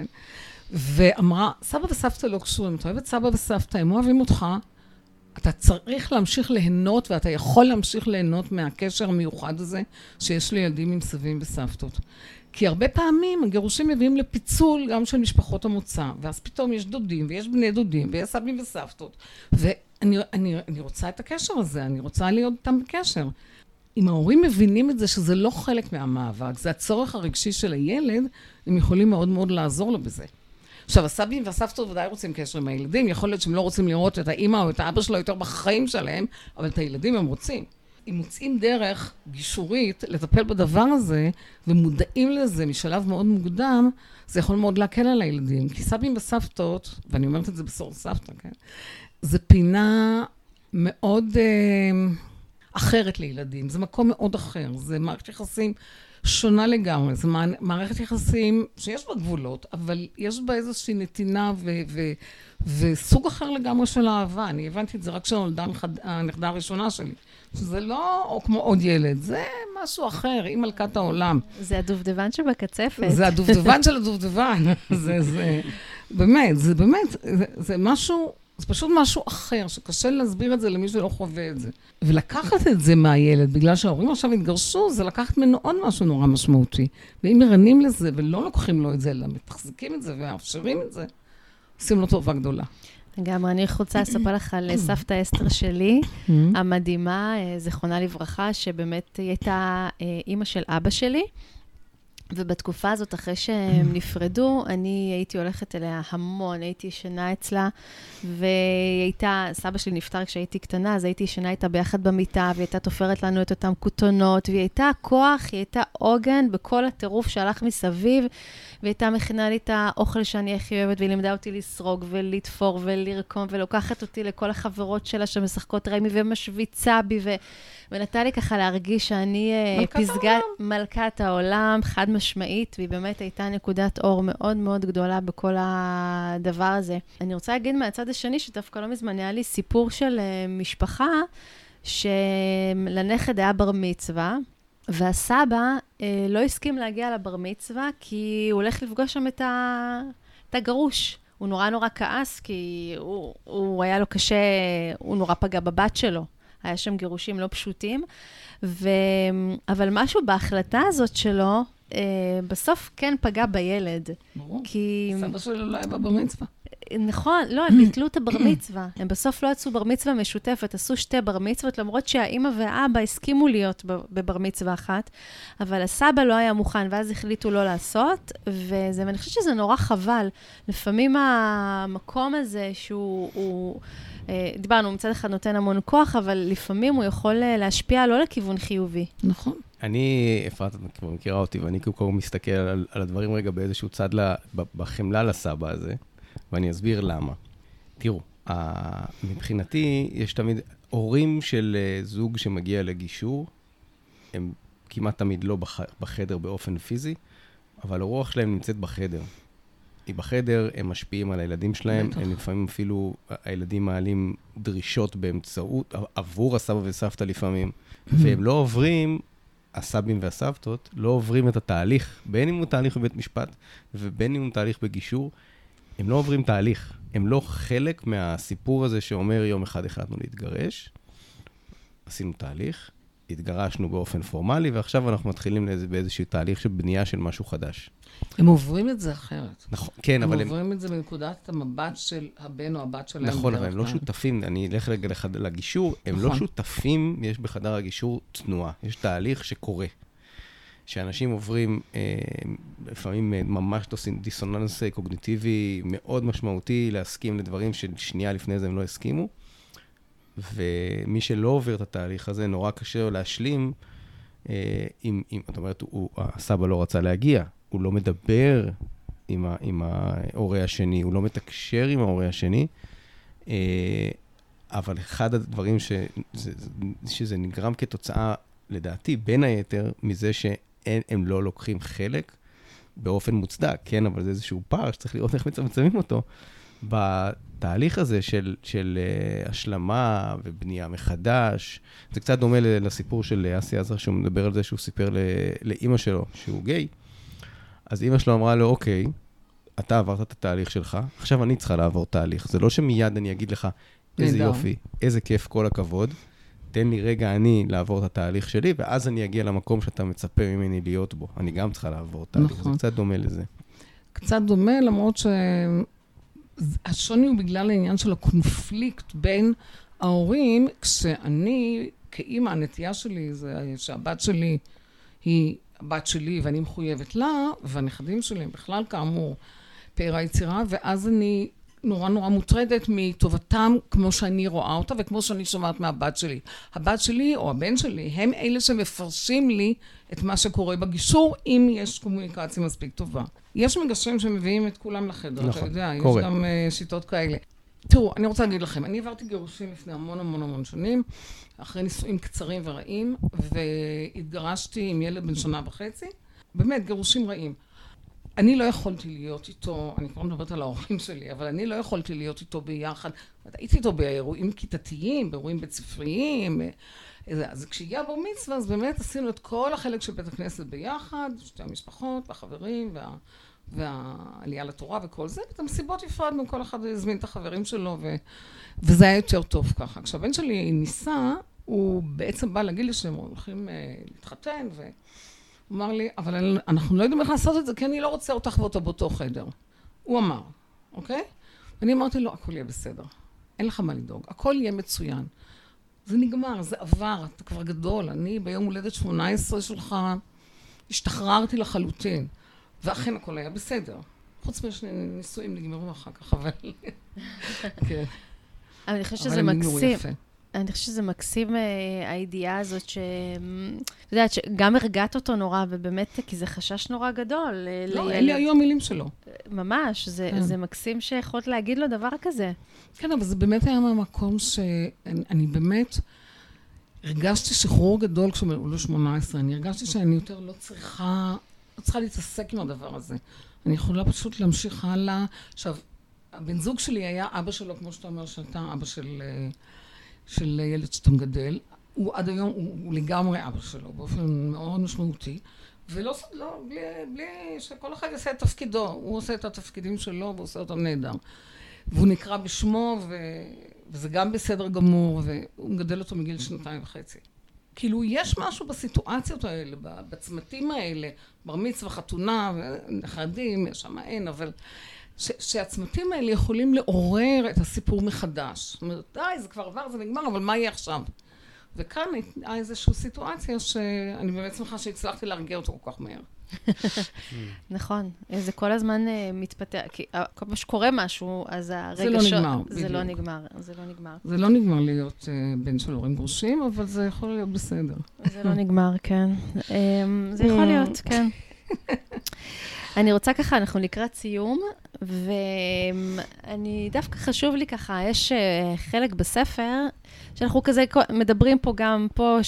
ואמרה, סבא וסבתא לא קשורים, אתה אוהב את סבא וסבתא, הם אוהבים אותך, אתה צריך להמשיך ליהנות, ואתה יכול להמשיך ליהנות מהקשר המיוחד הזה, שיש לילדים עם סבים וסבתות. כי הרבה פעמים הגירושים מביאים לפיצול גם של משפחות המוצא, ואז פתאום יש דודים, ויש בני דודים, ויש סבים וסבתות. ואני אני, אני רוצה את הקשר הזה, אני רוצה להיות איתם בקשר. אם ההורים מבינים את זה, שזה לא חלק מהמאבק, זה הצורך הרגשי של הילד, הם יכולים מאוד מאוד לעזור לו בזה. עכשיו, הסבים והסבתות ודאי רוצים קשר עם הילדים, יכול להיות שהם לא רוצים לראות את האמא או את האבא שלו יותר בחיים שלהם, אבל את הילדים הם רוצים. אם מוצאים דרך גישורית לטפל בדבר הזה, ומודעים לזה משלב מאוד מוקדם, זה יכול מאוד להקל על הילדים. כי סבים וסבתות, ואני אומרת את זה בסור סבתא, כן? זה פינה מאוד אה, אחרת לילדים, זה מקום מאוד אחר, זה מערכת יחסים שונה לגמרי, זו מערכת יחסים שיש בה גבולות, אבל יש בה איזושהי נתינה ו- ו- וסוג אחר לגמרי של אהבה. אני הבנתי את זה רק כשנולדה הנכדה הראשונה שלי. שזה לא או כמו עוד ילד, זה משהו אחר, היא מלכת העולם. זה הדובדבן שבקצפת. זה הדובדבן של הדובדבן. זה, זה, באמת, זה באמת, זה, זה משהו... זה פשוט משהו אחר, שקשה להסביר את זה למי שלא חווה את זה. ולקחת את זה מהילד, בגלל שההורים עכשיו התגרשו, זה לקחת ממנו עוד משהו נורא משמעותי. ואם מרנים לזה ולא לוקחים לו את זה, אלא מתחזקים את זה ומאפשרים את זה, עושים לו טובה גדולה. גם אני רוצה לספר לך על סבתא אסתר שלי, המדהימה, זכרונה לברכה, שבאמת היא הייתה אימא של אבא שלי, ובתקופה הזאת, אחרי שהם נפרדו, אני הייתי הולכת אליה המון, הייתי ישנה אצלה, והיא הייתה, סבא שלי נפטר כשהייתי קטנה, אז הייתי ישנה איתה ביחד במיטה, והיא הייתה תופרת לנו את אותם כותונות, והיא הייתה כוח, היא הייתה עוגן בכל הטירוף שהלך מסביב, והיא הייתה מכינה לי את האוכל שאני הכי אוהבת, והיא לימדה אותי לסרוג ולתפור ולרקום, ולוקחת אותי לכל החברות שלה שמשחקות רמי ומשוויצה בי, ו... ונתן לי ככה להרגיש שאני פסגה מלכת העולם, חד משמעית, והיא באמת הייתה נקודת אור מאוד מאוד גדולה בכל הדבר הזה. אני רוצה להגיד מהצד השני, שדווקא לא מזמן היה לי סיפור של משפחה, שלנכד היה בר מצווה, והסבא לא הסכים להגיע לבר מצווה, כי הוא הולך לפגוש שם את, ה... את הגרוש. הוא נורא נורא כעס, כי הוא, הוא היה לו קשה, הוא נורא פגע בבת שלו. היה שם גירושים לא פשוטים, ו... אבל משהו בהחלטה הזאת שלו, אה, בסוף כן פגע בילד. ברור, כי... סבא שלו לא היה בבר מצווה. נכון, לא, הם ביטלו את הבר מצווה. הם בסוף לא עשו בר מצווה משותפת, עשו שתי בר מצוות, למרות שהאמא והאבא הסכימו להיות בבר מצווה אחת, אבל הסבא לא היה מוכן, ואז החליטו לא לעשות, וזה, ואני חושבת שזה נורא חבל. לפעמים המקום הזה שהוא... הוא, דיברנו, מצד אחד נותן המון כוח, אבל לפעמים הוא יכול להשפיע לא לכיוון חיובי. נכון. אני, אפרת, את כבר מכירה אותי, ואני כבר מסתכל על, על הדברים רגע באיזשהו צד לה, בחמלה לסבא הזה, ואני אסביר למה. תראו, מבחינתי יש תמיד הורים של זוג שמגיע לגישור, הם כמעט תמיד לא בחדר באופן פיזי, אבל הרוח שלהם נמצאת בחדר. היא בחדר, הם משפיעים על הילדים שלהם, הם לפעמים אפילו, הילדים מעלים דרישות באמצעות, עבור הסבא וסבתא לפעמים, והם לא עוברים, הסבים והסבתות, לא עוברים את התהליך, בין אם הוא תהליך בבית משפט, ובין אם הוא תהליך בגישור, הם לא עוברים תהליך, הם לא חלק מהסיפור הזה שאומר יום אחד החלטנו להתגרש, עשינו תהליך, התגרשנו באופן פורמלי, ועכשיו אנחנו מתחילים באיזשהו תהליך של בנייה של משהו חדש. הם עוברים את זה אחרת. נכון, כן, אבל הם... הם עוברים את זה בנקודת המבט של הבן או הבת שלהם. נכון, אבל הם לא שותפים, אני אלך רגע לגישור, הם לא שותפים, יש בחדר הגישור תנועה, יש תהליך שקורה. שאנשים עוברים, לפעמים ממש דיסוננס קוגניטיבי מאוד משמעותי, להסכים לדברים ששנייה לפני זה הם לא הסכימו, ומי שלא עובר את התהליך הזה, נורא קשה להשלים, אם, אם, זאת אומרת, הוא, הסבא לא רצה להגיע, הוא לא מדבר עם, ה, עם ההורה השני, הוא לא מתקשר עם ההורה השני, אבל אחד הדברים ש, זה, שזה נגרם כתוצאה, לדעתי, בין היתר, מזה שהם לא לוקחים חלק באופן מוצדק, כן, אבל זה איזשהו פער שצריך לראות איך מצמצמים אותו, בתהליך הזה של, של uh, השלמה ובנייה מחדש. זה קצת דומה לסיפור של אסי עזר, שהוא מדבר על זה שהוא סיפר לאמא שלו שהוא גיי. אז אמא שלו אמרה לו, אוקיי, אתה עברת את התהליך שלך, עכשיו אני צריכה לעבור תהליך. זה לא שמיד אני אגיד לך, איזה יופי, איזה כיף, כל הכבוד. תן לי רגע אני לעבור את התהליך שלי, ואז אני אגיע למקום שאתה מצפה ממני להיות בו. אני גם צריכה לעבור תהליך. נכון. זה קצת דומה לזה. קצת דומה, למרות ש... השוני הוא בגלל העניין של הקונפליקט בין ההורים, כשאני, כאימא, הנטייה שלי זה שהבת שלי היא הבת שלי ואני מחויבת לה, והנכדים שלי הם בכלל כאמור פאר היצירה, ואז אני נורא נורא מוטרדת מטובתם כמו שאני רואה אותה וכמו שאני שומעת מהבת שלי. הבת שלי או הבן שלי הם אלה שמפרשים לי את מה שקורה בגישור, אם יש קומוניקציה מספיק טובה. יש מגשרים שמביאים את כולם לחדר, נכון, אתה יודע, קורה. יש גם uh, שיטות כאלה. תראו, אני רוצה להגיד לכם, אני עברתי גירושים לפני המון המון המון שנים, אחרי נישואים קצרים ורעים, והתגרשתי עם ילד בן שנה וחצי, באמת גירושים רעים. אני לא יכולתי להיות איתו, אני כבר מדברת על ההורים שלי, אבל אני לא יכולתי להיות איתו ביחד. הייתי איתו באירועים כיתתיים, באירועים בית ספריים. אז כשהגיע בר מצווה, אז באמת עשינו את כל החלק של בית הכנסת ביחד, שתי המשפחות והחברים וה, והעלייה לתורה וכל זה. את המסיבות הפרדנו, כל אחד הזמין את החברים שלו, ו, וזה היה יותר טוב ככה. כשהבן שלי ניסה, הוא בעצם בא להגיד לי שהם הולכים להתחתן, ו... הוא אמר לי, אבל אנחנו לא יודעים איך לעשות את זה, כי אני לא רוצה אותך ואותו באותו חדר. הוא אמר, אוקיי? ואני אמרתי לו, הכל יהיה בסדר. אין לך מה לדאוג, הכל יהיה מצוין. זה נגמר, זה עבר, אתה כבר גדול. אני ביום הולדת שמונה עשרה שלך השתחררתי לחלוטין. ואכן הכל היה בסדר. חוץ משני נישואים נגמרו אחר כך, אבל... כן. אני חושבת שזה מקסים. אני חושבת שזה מקסים הידיעה הזאת ש... אתה יודעת, שגם הרגעת אותו נורא, ובאמת, כי זה חשש נורא גדול. לא, אלה היו המילים שלו. ממש, זה מקסים שיכולת להגיד לו דבר כזה. כן, אבל זה באמת היה מהמקום שאני באמת הרגשתי שחרור גדול כשמלאו לו שמונה עשרה. אני הרגשתי שאני יותר לא צריכה, לא צריכה להתעסק עם הדבר הזה. אני יכולה פשוט להמשיך הלאה. עכשיו, הבן זוג שלי היה אבא שלו, כמו שאתה אומר, שאתה אבא של... של ילד שאתה מגדל, הוא עד היום, הוא, הוא לגמרי אבא שלו, באופן מאוד משמעותי, ולא, לא, בלי, בלי שכל אחד יעשה את תפקידו, הוא עושה את התפקידים שלו, והוא עושה אותם נהדר. והוא נקרא בשמו, ו, וזה גם בסדר גמור, והוא מגדל אותו מגיל שנתיים וחצי. כאילו, יש משהו בסיטואציות האלה, בצמתים האלה, בר מצווה, חתונה, נכדים, שם אין, אבל... ש- שהצמתים האלה יכולים לעורר את הסיפור מחדש. זאת אומרת, די, זה כבר עבר, זה נגמר, אבל מה יהיה עכשיו? וכאן הייתה איזושהי סיטואציה שאני באמת שמחה שהצלחתי להרגיע אותו כל כך מהר. נכון, זה כל הזמן מתפתח, כי כל פעם שקורה משהו, אז הרגע... זה לא נגמר, בדיוק. זה לא נגמר, זה לא נגמר. זה לא נגמר להיות בן של הורים גרושים, אבל זה יכול להיות בסדר. זה לא נגמר, כן. זה יכול להיות, כן. אני רוצה ככה, אנחנו לקראת סיום, ואני דווקא חשוב לי ככה, יש חלק בספר, שאנחנו כזה מדברים פה גם פה,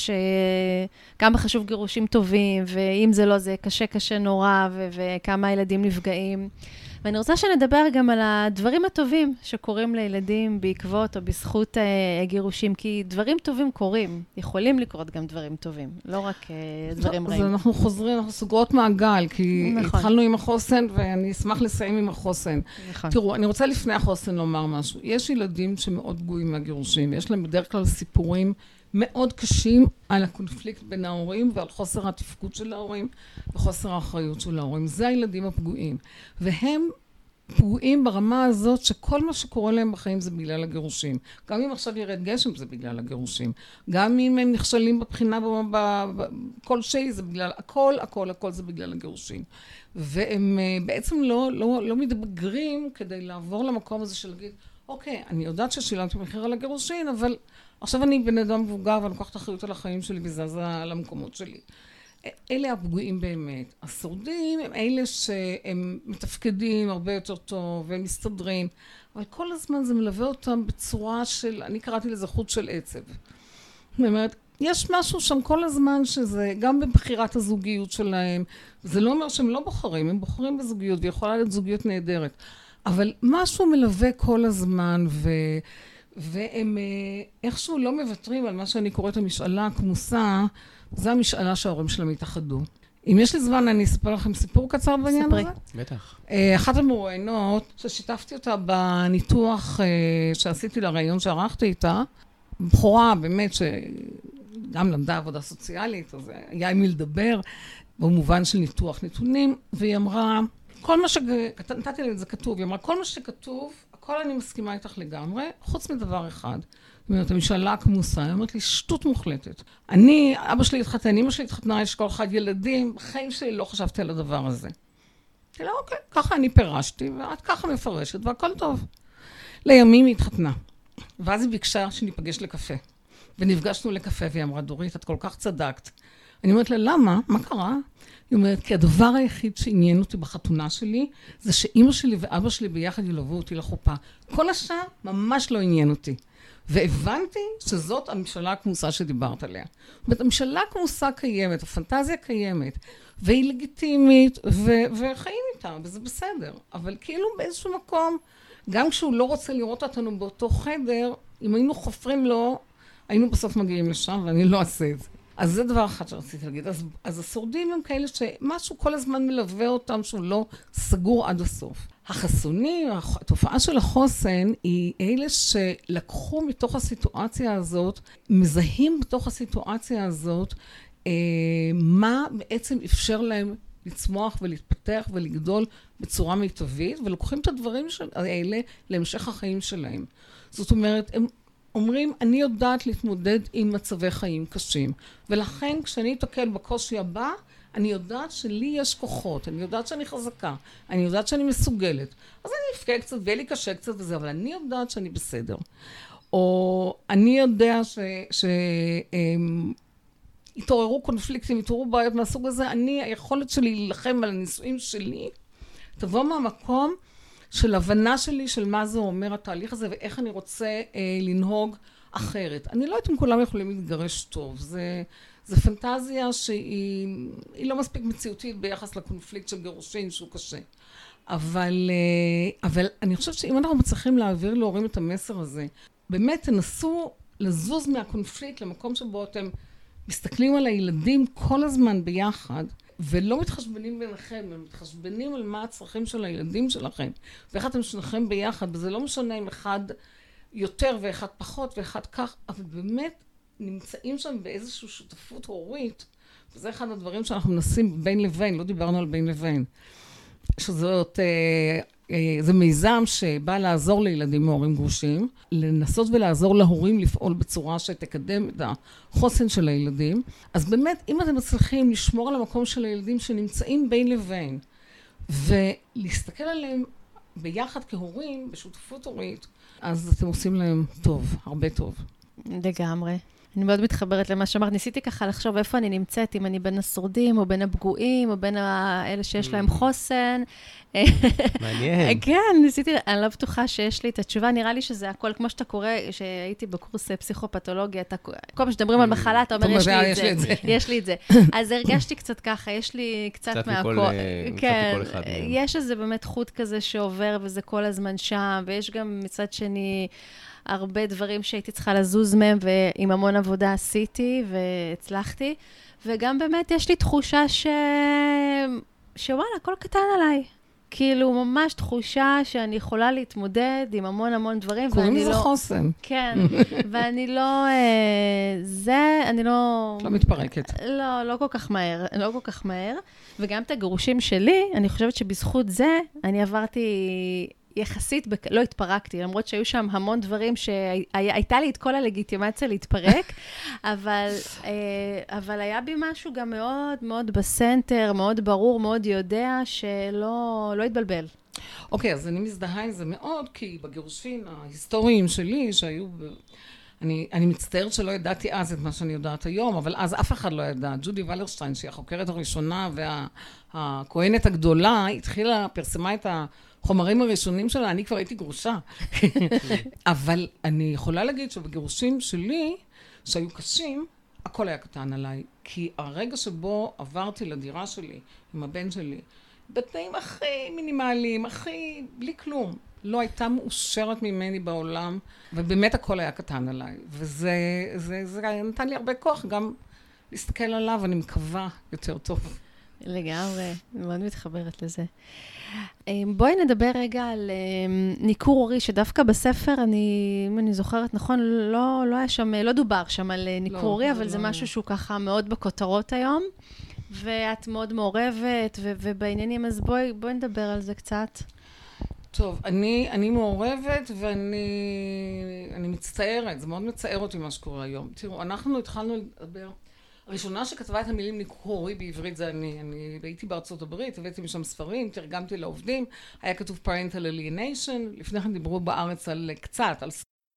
שגם בחשוב גירושים טובים, ואם זה לא, זה קשה קשה נורא, ו- וכמה ילדים נפגעים. ואני רוצה שנדבר גם על הדברים הטובים שקורים לילדים בעקבות או בזכות uh, גירושים, כי דברים טובים קורים, יכולים לקרות גם דברים טובים, לא רק uh, דברים רעים. אז אנחנו חוזרים, אנחנו סוגרות מעגל, כי נכון. התחלנו עם החוסן, ואני אשמח לסיים עם החוסן. נכון. תראו, אני רוצה לפני החוסן לומר משהו. יש ילדים שמאוד פגועים מהגירושים, ויש להם בדרך כלל סיפורים מאוד קשים על הקונפליקט בין ההורים, ועל חוסר התפקוד של ההורים, וחוסר האחריות של ההורים. זה הילדים הפגועים. והם פגועים ברמה הזאת שכל מה שקורה להם בחיים זה בגלל הגירושים. גם אם עכשיו ירד גשם זה בגלל הגירושים. גם אם הם נכשלים בבחינה כלשהי זה בגלל, הכל, הכל, הכל זה בגלל הגירושים. והם בעצם לא, לא, לא מתבגרים כדי לעבור למקום הזה של להגיד, אוקיי, אני יודעת ששילמתי מחיר על הגירושין, אבל עכשיו אני בן אדם מבוגר ואני לוקחת אחריות על החיים שלי וזזה על המקומות שלי. אלה הפגועים באמת. השורדים הם אלה שהם מתפקדים הרבה יותר טוב והם מסתדרים, אבל כל הזמן זה מלווה אותם בצורה של, אני קראתי לזה חוט של עצב. זאת אומרת, יש משהו שם כל הזמן שזה, גם בבחירת הזוגיות שלהם, זה לא אומר שהם לא בוחרים, הם בוחרים בזוגיות ויכולה להיות זוגיות נהדרת, אבל משהו מלווה כל הזמן ו... והם איכשהו לא מוותרים על מה שאני קוראת המשאלה הכמוסה, זה המשאלה שההורים שלהם התאחדו. אם יש לי זמן, אני אספר לכם סיפור קצר בעניין ספרי. הזה. בטח. אחת המרואיינות, ששיתפתי אותה בניתוח שעשיתי לראיון שערכתי איתה, בחורה באמת שגם למדה עבודה סוציאלית, אז היה עם מי לדבר, במובן של ניתוח נתונים, והיא אמרה, כל מה ש... נתתי לי את זה כתוב, היא אמרה, כל מה שכתוב, הכל אני מסכימה איתך לגמרי, חוץ מדבר אחד. זאת אומרת, המשאלה הכמוסה, היא אומרת לי, שטות מוחלטת. אני, אבא שלי התחתן, אמא שלי התחתנה, יש כל אחד ילדים, בחיים שלי לא חשבתי על הדבר הזה. אמרתי לה, אוקיי, ככה אני פירשתי, ואת ככה מפרשת, והכל טוב. לימים היא התחתנה. ואז היא ביקשה שניפגש לקפה. ונפגשנו לקפה, והיא אמרה, דורית, את כל כך צדקת. אני אומרת לה, למה? מה קרה? היא אומרת, כי הדבר היחיד שעניין אותי בחתונה שלי, זה שאמא שלי ואבא שלי ביחד ילוו אותי לחופה. כל השאר ממש לא עניין אותי. והבנתי שזאת המשאלה הכמוסה שדיברת עליה. זאת אומרת, המשאלה הכמוסה קיימת, הפנטזיה קיימת, והיא לגיטימית, ו- וחיים איתה, וזה בסדר. אבל כאילו באיזשהו מקום, גם כשהוא לא רוצה לראות אותנו באותו חדר, אם היינו חופרים לו, היינו בסוף מגיעים לשם, ואני לא אעשה את זה. אז זה דבר אחד שרציתי להגיד. אז, אז השורדים הם כאלה שמשהו כל הזמן מלווה אותם שהוא לא סגור עד הסוף. החסונים, התופעה של החוסן, היא אלה שלקחו מתוך הסיטואציה הזאת, מזהים בתוך הסיטואציה הזאת, אה, מה בעצם אפשר להם לצמוח ולהתפתח ולגדול בצורה מיטבית, ולוקחים את הדברים האלה להמשך החיים שלהם. זאת אומרת, הם אומרים, אני יודעת להתמודד עם מצבי חיים קשים, ולכן כשאני אתקל בקושי הבא, אני יודעת שלי יש כוחות, אני יודעת שאני חזקה, אני יודעת שאני מסוגלת. אז אני אפקה קצת, ויהיה לי קשה קצת וזה, אבל אני יודעת שאני בסדר. או אני יודע ש... ש התעוררו קונפליקטים, התעוררו בעיות מהסוג הזה, אני, היכולת שלי להילחם על הנישואים שלי, תבוא מהמקום של הבנה שלי של מה זה אומר התהליך הזה, ואיך אני רוצה אה, לנהוג אחרת. אני לא יודעת אם כולם יכולים להתגרש טוב, זה, זה פנטזיה שהיא היא לא מספיק מציאותית ביחס לקונפליקט של גירושין שהוא קשה. אבל, אה, אבל אני חושבת שאם אנחנו מצליחים להעביר להורים את המסר הזה, באמת תנסו לזוז מהקונפליקט למקום שבו אתם מסתכלים על הילדים כל הזמן ביחד, ולא מתחשבנים ביניכם, הם מתחשבנים על מה הצרכים של הילדים שלכם, ואיך אתם שניכם ביחד, וזה לא משנה אם אחד יותר ואחד פחות ואחד כך, אבל באמת נמצאים שם באיזושהי שותפות הורית, וזה אחד הדברים שאנחנו מנסים בין לבין, לא דיברנו על בין לבין, שזאת זה מיזם שבא לעזור לילדים מהורים גרושים, לנסות ולעזור להורים לפעול בצורה שתקדם את החוסן של הילדים. אז באמת, אם אתם מצליחים לשמור על המקום של הילדים שנמצאים בין לבין, ולהסתכל עליהם ביחד כהורים, בשותפות הורית, אז אתם עושים להם טוב, הרבה טוב. לגמרי. אני מאוד מתחברת למה שאמרת. ניסיתי ככה לחשוב איפה אני נמצאת, אם אני בין השורדים, או בין הפגועים, או בין אלה שיש להם חוסן. מעניין. כן, ניסיתי, אני לא בטוחה שיש לי את התשובה. נראה לי שזה הכל, כמו שאתה קורא, שהייתי בקורס פסיכופתולוגיה, כל מה שדברים על מחלה, אתה אומר, יש לי את זה. יש לי את זה. אז הרגשתי קצת ככה, יש לי קצת מהכל. כן, יש איזה באמת חוט כזה שעובר, וזה כל הזמן שם, ויש גם מצד שני, הרבה דברים שהייתי צריכה לזוז מהם, ועם המון עבודה עשיתי והצלחתי. וגם באמת יש לי תחושה ש... שוואלה, הכל קטן עליי. כאילו, ממש תחושה שאני יכולה להתמודד עם המון המון דברים. קוראים לזה חוסן. כן, ואני לא... זה, אני לא... לא מתפרקת. לא, לא כל כך מהר, לא כל כך מהר. וגם את הגירושים שלי, אני חושבת שבזכות זה, אני עברתי... יחסית, לא התפרקתי, למרות שהיו שם המון דברים שהייתה לי את כל הלגיטימציה להתפרק, אבל, אבל היה בי משהו גם מאוד מאוד בסנטר, מאוד ברור, מאוד יודע, שלא לא התבלבל. אוקיי, אז אני מזדהה עם זה מאוד, כי בגירושים ההיסטוריים שלי, שהיו... אני, אני מצטערת שלא ידעתי אז את מה שאני יודעת היום, אבל אז אף אחד לא ידע. ג'ודי ולרשטיין, שהיא החוקרת הראשונה והכהנת הגדולה, התחילה, פרסמה את החומרים הראשונים שלה, אני כבר הייתי גרושה. אבל אני יכולה להגיד שבגירושים שלי, שהיו קשים, הכל היה קטן עליי. כי הרגע שבו עברתי לדירה שלי, עם הבן שלי, בתנאים הכי מינימליים, הכי, בלי כלום. לא הייתה מאושרת ממני בעולם, ובאמת הכל היה קטן עליי. וזה זה, זה נתן לי הרבה כוח גם להסתכל עליו, אני מקווה יותר טוב. לגמרי, אני מאוד מתחברת לזה. בואי נדבר רגע על ניכור הורי, שדווקא בספר, אני, אם אני זוכרת נכון, לא, לא היה שם, לא דובר שם על ניכור הורי, לא, אבל לא זה לא משהו שהוא ככה מאוד בכותרות היום, ואת מאוד מעורבת, ו- ובעניינים, אז בואי, בואי נדבר על זה קצת. טוב, אני, אני מעורבת ואני אני מצטערת, זה מאוד מצער אותי מה שקורה היום. תראו, אנחנו התחלנו לדבר, הראשונה שכתבה את המילים ניכור הורי בעברית זה אני, אני הייתי בארצות הברית, הבאתי משם ספרים, תרגמתי לעובדים, היה כתוב parental alienation, לפני כן דיברו בארץ על קצת, על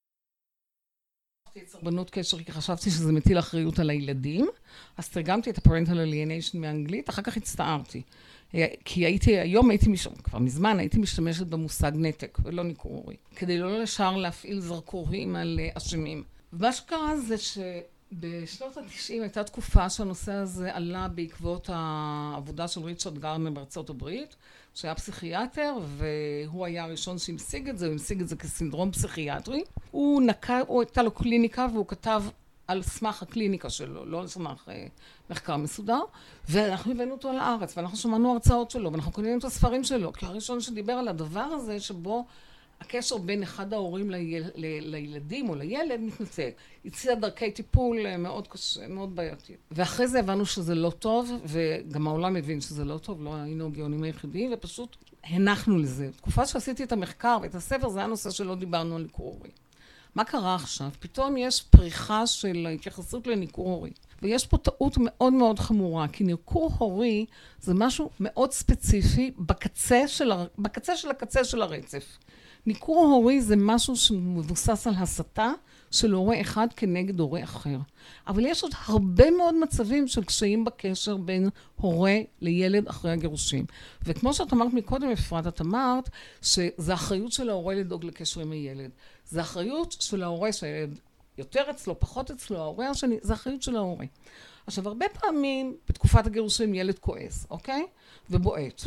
סרבנות קשר, כי חשבתי שזה מטיל אחריות על הילדים, אז תרגמתי את ה-parental alienation מאנגלית, אחר כך הצטערתי. כי הייתי, היום הייתי, מש... כבר מזמן הייתי משתמשת במושג נתק, ולא ניכור הורי, כדי לא לשאר להפעיל זרקורים על אשמים. ומה שקרה זה שבשנות ה-תשעים הייתה תקופה שהנושא הזה עלה בעקבות העבודה של ריצ'רד גרנר בארצות הברית, שהיה פסיכיאטר, והוא היה הראשון שהמשיג את זה, הוא המשיג את זה כסינדרום פסיכיאטרי. הוא נקע, הוא הייתה לו קליניקה, והוא כתב על סמך הקליניקה שלו, לא על סמך אה, מחקר מסודר, ואנחנו הבאנו אותו לארץ, ואנחנו שמענו הרצאות שלו, ואנחנו קנינו את הספרים שלו, כי הראשון שדיבר על הדבר הזה, שבו הקשר בין אחד ההורים ליל, ל, לילדים או לילד מתנתק. הציע דרכי טיפול מאוד קשה, מאוד בעייתי. ואחרי זה הבנו שזה לא טוב, וגם העולם הבין שזה לא טוב, לא היינו הגאונים היחידים, ופשוט הנחנו לזה. תקופה שעשיתי את המחקר ואת הספר, זה היה נושא שלא דיברנו על ניכור הורי. מה קרה עכשיו? פתאום יש פריחה של התייחסות לניכור הורי. ויש פה טעות מאוד מאוד חמורה, כי ניכור הורי זה משהו מאוד ספציפי בקצה של, בקצה של הקצה של הרצף. ניכור הורי זה משהו שמבוסס על הסתה של הורה אחד כנגד הורה אחר. אבל יש עוד הרבה מאוד מצבים של קשיים בקשר בין הורה לילד אחרי הגירושים. וכמו שאת אמרת מקודם, אפרת, את אמרת שזה אחריות של ההורה לדאוג לקשר עם הילד. זה אחריות של ההורה שהילד יותר אצלו, פחות אצלו, ההורה השני, זה אחריות של ההורה. עכשיו, הרבה פעמים בתקופת הגירושים ילד כועס, אוקיי? ובועט.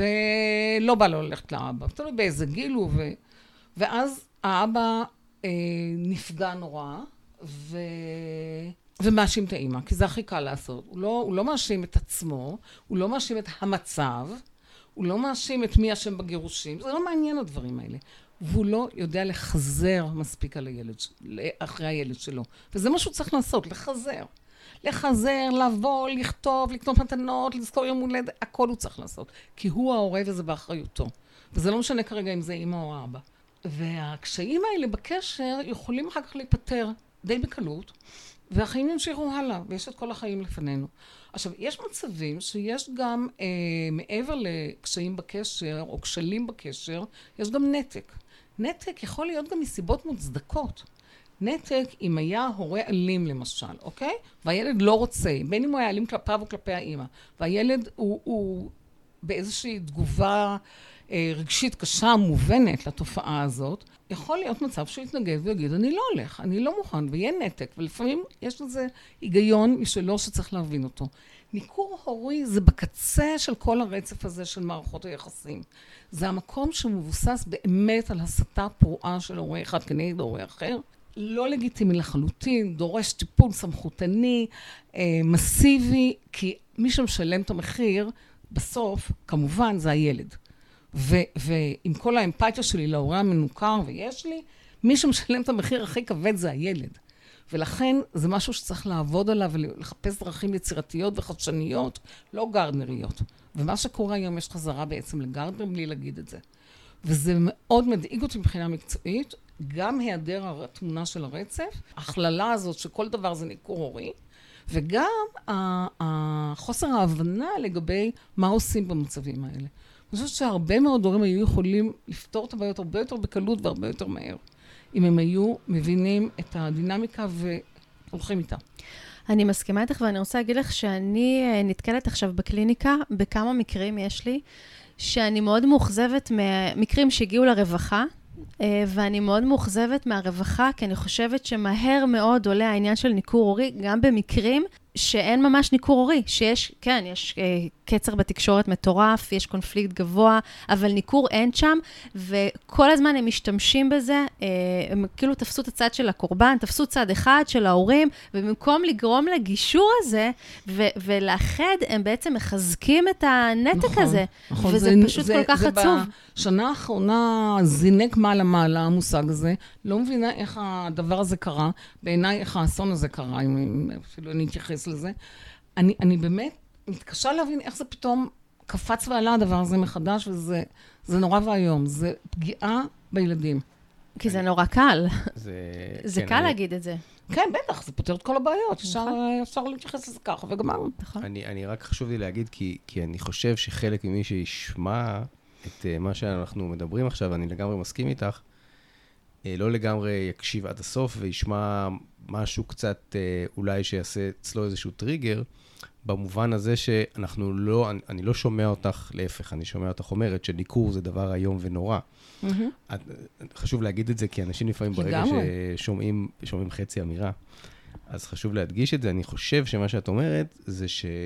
ולא בא לו ללכת לאבא. תלוי באיזה גיל הוא, ו... ואז האבא אה, נפגע נורא, ו... ומאשים את האמא, כי זה הכי קל לעשות. הוא לא, הוא לא מאשים את עצמו, הוא לא מאשים את המצב, הוא לא מאשים את מי אשם בגירושים, זה לא מעניין הדברים האלה. והוא לא יודע לחזר מספיק על הילד, אחרי הילד שלו. וזה מה שהוא צריך לעשות, לחזר. לחזר, לבוא, לכתוב, לקנות מתנות, לזכור יום הולד, הכל הוא צריך לעשות. כי הוא ההורה וזה באחריותו. וזה לא משנה כרגע אם זה אמא או אבא. והקשיים האלה בקשר יכולים אחר כך להיפטר די בקלות, והחיים ימשיכו הלאה, ויש את כל החיים לפנינו. עכשיו, יש מצבים שיש גם, אה, מעבר לקשיים בקשר, או כשלים בקשר, יש גם נתק. נתק יכול להיות גם מסיבות מוצדקות. נתק אם היה הורה אלים למשל, אוקיי? והילד לא רוצה, בין אם הוא היה אלים כלפיו או כלפי האמא, והילד הוא, הוא באיזושהי תגובה אה, רגשית קשה, מובנת לתופעה הזאת, יכול להיות מצב שהוא יתנגד ויגיד, אני לא הולך, אני לא מוכן, ויהיה נתק, ולפעמים יש לזה היגיון משלו שצריך להבין אותו. ניכור הורי זה בקצה של כל הרצף הזה של מערכות היחסים. זה המקום שמבוסס באמת על הסתה פרועה של הורה אחד כנגד הורה אחר, לא לגיטימי לחלוטין, דורש טיפול סמכותני, אה, מסיבי, כי מי שמשלם את המחיר, בסוף, כמובן, זה הילד. ו- ועם כל האמפתיה שלי להורה המנוכר, ויש לי, מי שמשלם את המחיר הכי כבד זה הילד. ולכן זה משהו שצריך לעבוד עליו ולחפש דרכים יצירתיות וחדשניות, לא גרדנריות. ומה שקורה היום יש חזרה בעצם לגרדנר בלי להגיד את זה. וזה מאוד מדאיג אותי מבחינה מקצועית, גם היעדר התמונה של הרצף, ההכללה הזאת שכל דבר זה ניכור הורי, וגם החוסר ההבנה לגבי מה עושים במצבים האלה. אני חושבת שהרבה מאוד דברים היו יכולים לפתור את הבעיות הרבה יותר בקלות והרבה יותר מהר, אם הם היו מבינים את הדינמיקה והולכים איתה. אני מסכימה איתך, ואני רוצה להגיד לך שאני נתקלת עכשיו בקליניקה, בכמה מקרים יש לי, שאני מאוד מאוכזבת ממקרים שהגיעו לרווחה, ואני מאוד מאוכזבת מהרווחה, כי אני חושבת שמהר מאוד עולה העניין של ניכור הורי, גם במקרים שאין ממש ניכור הורי, שיש, כן, יש אה, קצר בתקשורת מטורף, יש קונפליקט גבוה, אבל ניכור אין שם, וכל הזמן הם משתמשים בזה, אה, הם כאילו תפסו את הצד של הקורבן, תפסו צד אחד של ההורים, ובמקום לגרום לגישור הזה, ו- ולאחד, הם בעצם מחזקים את הנתק נכון, הזה, נכון, וזה זה, פשוט זה, כל כך זה עצוב. בשנה האחרונה זינק מעלה מעלה המושג הזה, לא מבינה איך הדבר הזה קרה, בעיניי איך האסון הזה קרה, אם אפילו אני אתייחס לזה. אני, אני באמת מתקשה להבין איך זה פתאום קפץ ועלה הדבר הזה מחדש, וזה זה נורא והיום. זה פגיעה בילדים. כי זה נורא קל. זה, זה כן, קל אני, להגיד את זה. כן, בטח, זה פותר את כל הבעיות. אפשר, אפשר להתייחס לזה ככה, וגמרנו. אני, אני רק חשוב לי להגיד, כי, כי אני חושב שחלק ממי שישמע את uh, מה שאנחנו מדברים עכשיו, אני לגמרי מסכים איתך, uh, לא לגמרי יקשיב עד הסוף וישמע משהו קצת uh, אולי שיעשה אצלו איזשהו טריגר, במובן הזה שאנחנו לא, אני, אני לא שומע אותך, להפך, אני שומע אותך אומרת שניכור זה דבר איום ונורא. Mm-hmm. את, חשוב להגיד את זה, כי אנשים לפעמים ברגע ששומעים שומעים חצי אמירה, אז חשוב להדגיש את זה. אני חושב שמה שאת אומרת זה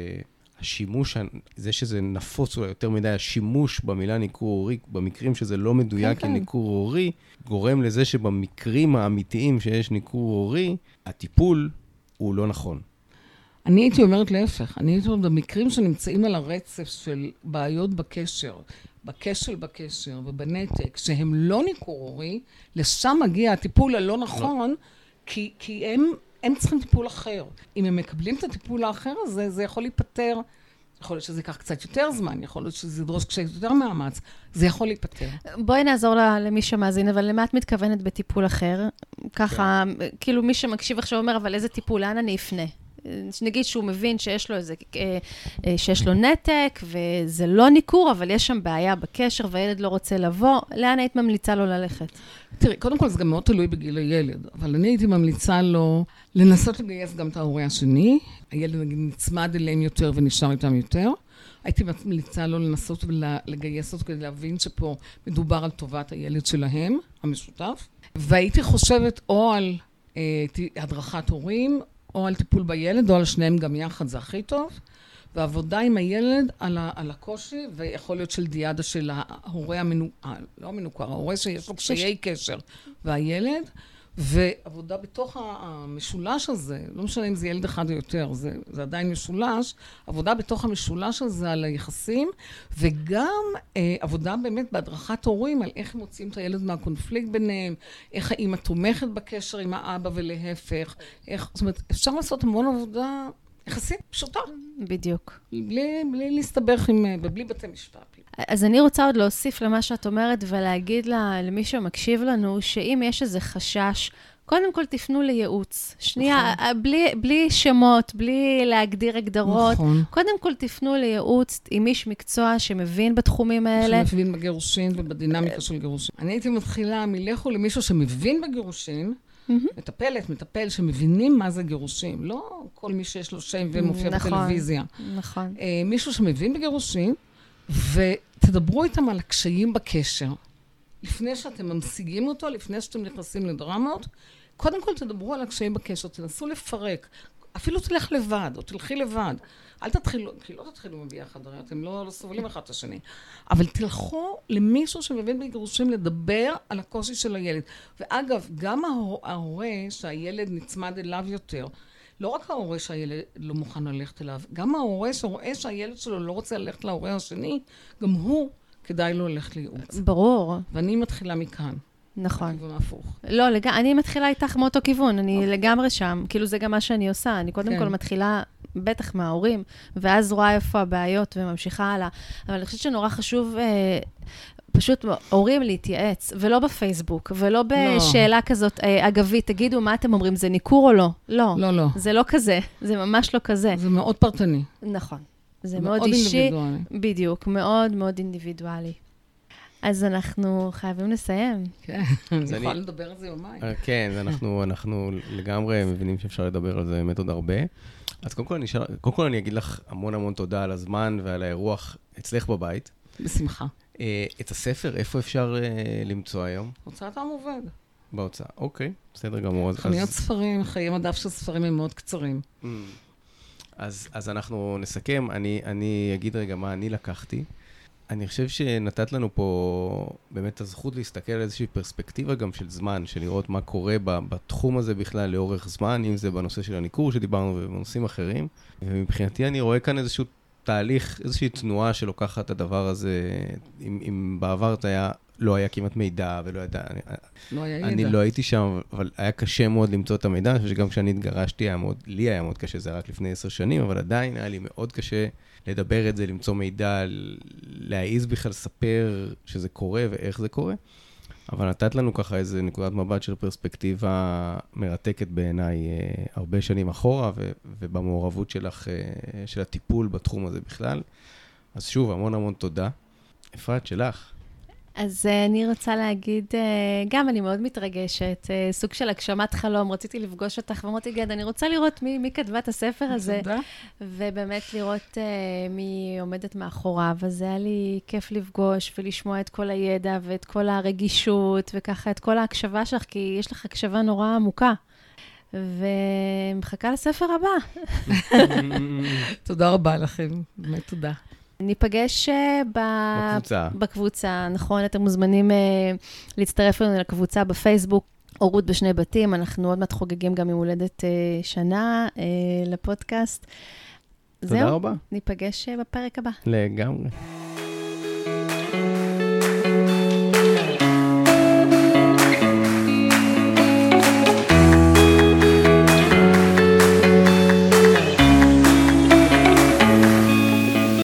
שהשימוש, זה שזה נפוץ אולי יותר מדי, השימוש במילה ניכור הורי, במקרים שזה לא מדויק כן, כניכור הורי, גורם לזה שבמקרים האמיתיים שיש ניכור הורי, הטיפול הוא לא נכון. אני הייתי אומרת להפך, אני הייתי אומרת במקרים שנמצאים על הרצף של בעיות בקשר, בקשר בקשר ובנתק, שהם לא ניכור הורי, לשם מגיע הטיפול הלא נכון, כי, כי הם, הם צריכים טיפול אחר. אם הם מקבלים את הטיפול האחר הזה, זה יכול להיפטר, יכול להיות שזה ייקח קצת יותר זמן, יכול להיות שזה ידרוש קצת יותר מאמץ, זה יכול להיפטר. בואי נעזור למי שמאזין, אבל למה את מתכוונת בטיפול אחר? ככה, כאילו מי שמקשיב עכשיו אומר, אבל איזה טיפול, לאן אני אפנה? נגיד שהוא מבין שיש לו איזה, שיש לו נתק, וזה לא ניכור, אבל יש שם בעיה בקשר, והילד לא רוצה לבוא, לאן היית ממליצה לו ללכת? תראי, קודם כל זה גם מאוד תלוי בגיל הילד, אבל אני הייתי ממליצה לו לנסות לגייס גם את ההורה השני, הילד נגיד נצמד אליהם יותר ונשאר איתם יותר, הייתי ממליצה לו לנסות ולגייס אותו כדי להבין שפה מדובר על טובת הילד שלהם, המשותף, והייתי חושבת או על אה, הדרכת הורים, או על טיפול בילד, או על שניהם גם יחד, זה הכי טוב. ועבודה עם הילד על, ה, על הקושי, ויכול להיות של דיאדה של ההורה המנוכר, לא המנוכר, ההורה שיש לו קשיי קשר, והילד, ועבודה בתוך המשולש הזה, לא משנה אם זה ילד אחד או יותר, זה, זה עדיין משולש, עבודה בתוך המשולש הזה על היחסים, וגם אה, עבודה באמת בהדרכת הורים, על איך מוצאים את הילד מהקונפליקט ביניהם, איך האמא תומכת בקשר עם האבא ולהפך, איך, זאת אומרת, אפשר לעשות המון עבודה יחסית פשוטה. בדיוק. בלי, בלי להסתבך עם, ובלי בתי משפט. אז אני רוצה עוד להוסיף למה שאת אומרת, ולהגיד לה, למי שמקשיב לנו, שאם יש איזה חשש, קודם כל תפנו לייעוץ. שנייה, נכון. בלי, בלי שמות, בלי להגדיר הגדרות. נכון. קודם כל תפנו לייעוץ עם איש מקצוע שמבין בתחומים האלה. שמבין בגירושין ובדינמיקה של גירושין. אני הייתי מתחילה מלכו למישהו שמבין בגירושין, מטפלת, מטפל, שמבינים מה זה גירושים. לא כל מי שיש לו שם ומופיע נכון, בטלוויזיה. נכון. מישהו שמבין בגירושים, ותדברו איתם על הקשיים בקשר. לפני שאתם ממשיגים אותו, לפני שאתם נכנסים לדרמות, קודם כל תדברו על הקשיים בקשר, תנסו לפרק. אפילו תלך לבד, או תלכי לבד. אל תתחילו, כי לא תתחילו ביחד, הרי אתם לא, לא סובלים אחד את השני. אבל תלכו למישהו שמבין בגירושים לדבר על הקושי של הילד. ואגב, גם ההורה שהילד נצמד אליו יותר, לא רק ההורה שהילד לא מוכן ללכת אליו, גם ההורה שרואה שהילד שלו לא רוצה ללכת להורה השני, גם הוא כדאי לו ללכת לייעוץ. ברור. ואני מתחילה מכאן. נכון. בכיוון ההפוך. לא, לג... אני מתחילה איתך מאותו כיוון, אני לגמרי שם, כאילו זה גם מה שאני עושה, אני קודם כן. כל מתחילה בטח מההורים, ואז רואה איפה הבעיות וממשיכה הלאה, אבל אני חושבת שנורא חשוב אה, פשוט הורים להתייעץ, ולא בפייסבוק, ולא בשאלה לא. כזאת אה, אגבית, תגידו מה אתם אומרים, זה ניכור או לא? לא. לא, לא. זה לא כזה, זה ממש לא כזה. זה מאוד פרטני. נכון. זה מאוד, מאוד אישי. אינדיבידואלי. בדיוק, מאוד מאוד אינדיבידואלי. אז אנחנו חייבים לסיים. כן, אני יכולה לדבר על זה יומיים. כן, אנחנו לגמרי מבינים שאפשר לדבר על זה באמת עוד הרבה. אז קודם כל אני, שאל, קודם כל אני אגיד לך המון המון תודה על הזמן ועל האירוח אצלך בבית. בשמחה. את הספר, איפה אפשר למצוא היום? הוצאת עם עובד. בהוצאה, אוקיי, בסדר גמור. חנויות ספרים, חיי מדף של ספרים הם מאוד קצרים. אז, אז אנחנו נסכם, אני, אני אגיד רגע מה אני לקחתי. אני חושב שנתת לנו פה באמת הזכות להסתכל על איזושהי פרספקטיבה גם של זמן, של לראות מה קורה בתחום הזה בכלל לאורך זמן, אם זה בנושא של הניכור שדיברנו ובנושאים אחרים. ומבחינתי אני רואה כאן איזשהו תהליך, איזושהי תנועה שלוקחת את הדבר הזה, אם, אם בעבר זה היה, לא היה כמעט מידע ולא ידע. אני, לא היה ידע. אני לא הייתי שם, אבל היה קשה מאוד למצוא את המידע. אני חושב שגם כשאני התגרשתי, היה מאוד, לי היה מאוד קשה, זה היה רק לפני עשר שנים, אבל עדיין היה לי מאוד קשה לדבר את זה, למצוא מידע, להעיז בכלל לספר שזה קורה ואיך זה קורה. אבל נתת לנו ככה איזו נקודת מבט של פרספקטיבה מרתקת בעיניי הרבה שנים אחורה, ו- ובמעורבות שלך, של הטיפול בתחום הזה בכלל. אז שוב, המון המון תודה. אפרת, שלך. אז uh, אני רוצה להגיד, uh, גם אני מאוד מתרגשת, uh, סוג של הגשמת חלום, רציתי לפגוש אותך, ואמרתי, גד, אני רוצה לראות מי, מי כתבה את הספר הזה, תודה. ובאמת לראות uh, מי עומדת מאחוריו, אז זה היה לי כיף לפגוש ולשמוע את כל הידע ואת כל הרגישות, וככה את כל ההקשבה שלך, כי יש לך הקשבה נורא עמוקה. ומחכה לספר הבא. תודה רבה לכם, באמת תודה. ניפגש בקבוצה. בקבוצה, נכון, אתם מוזמנים להצטרף לנו לקבוצה בפייסבוק, הורות בשני בתים, אנחנו עוד מעט חוגגים גם עם הולדת שנה לפודקאסט. תודה רבה. ניפגש בפרק הבא. לגמרי.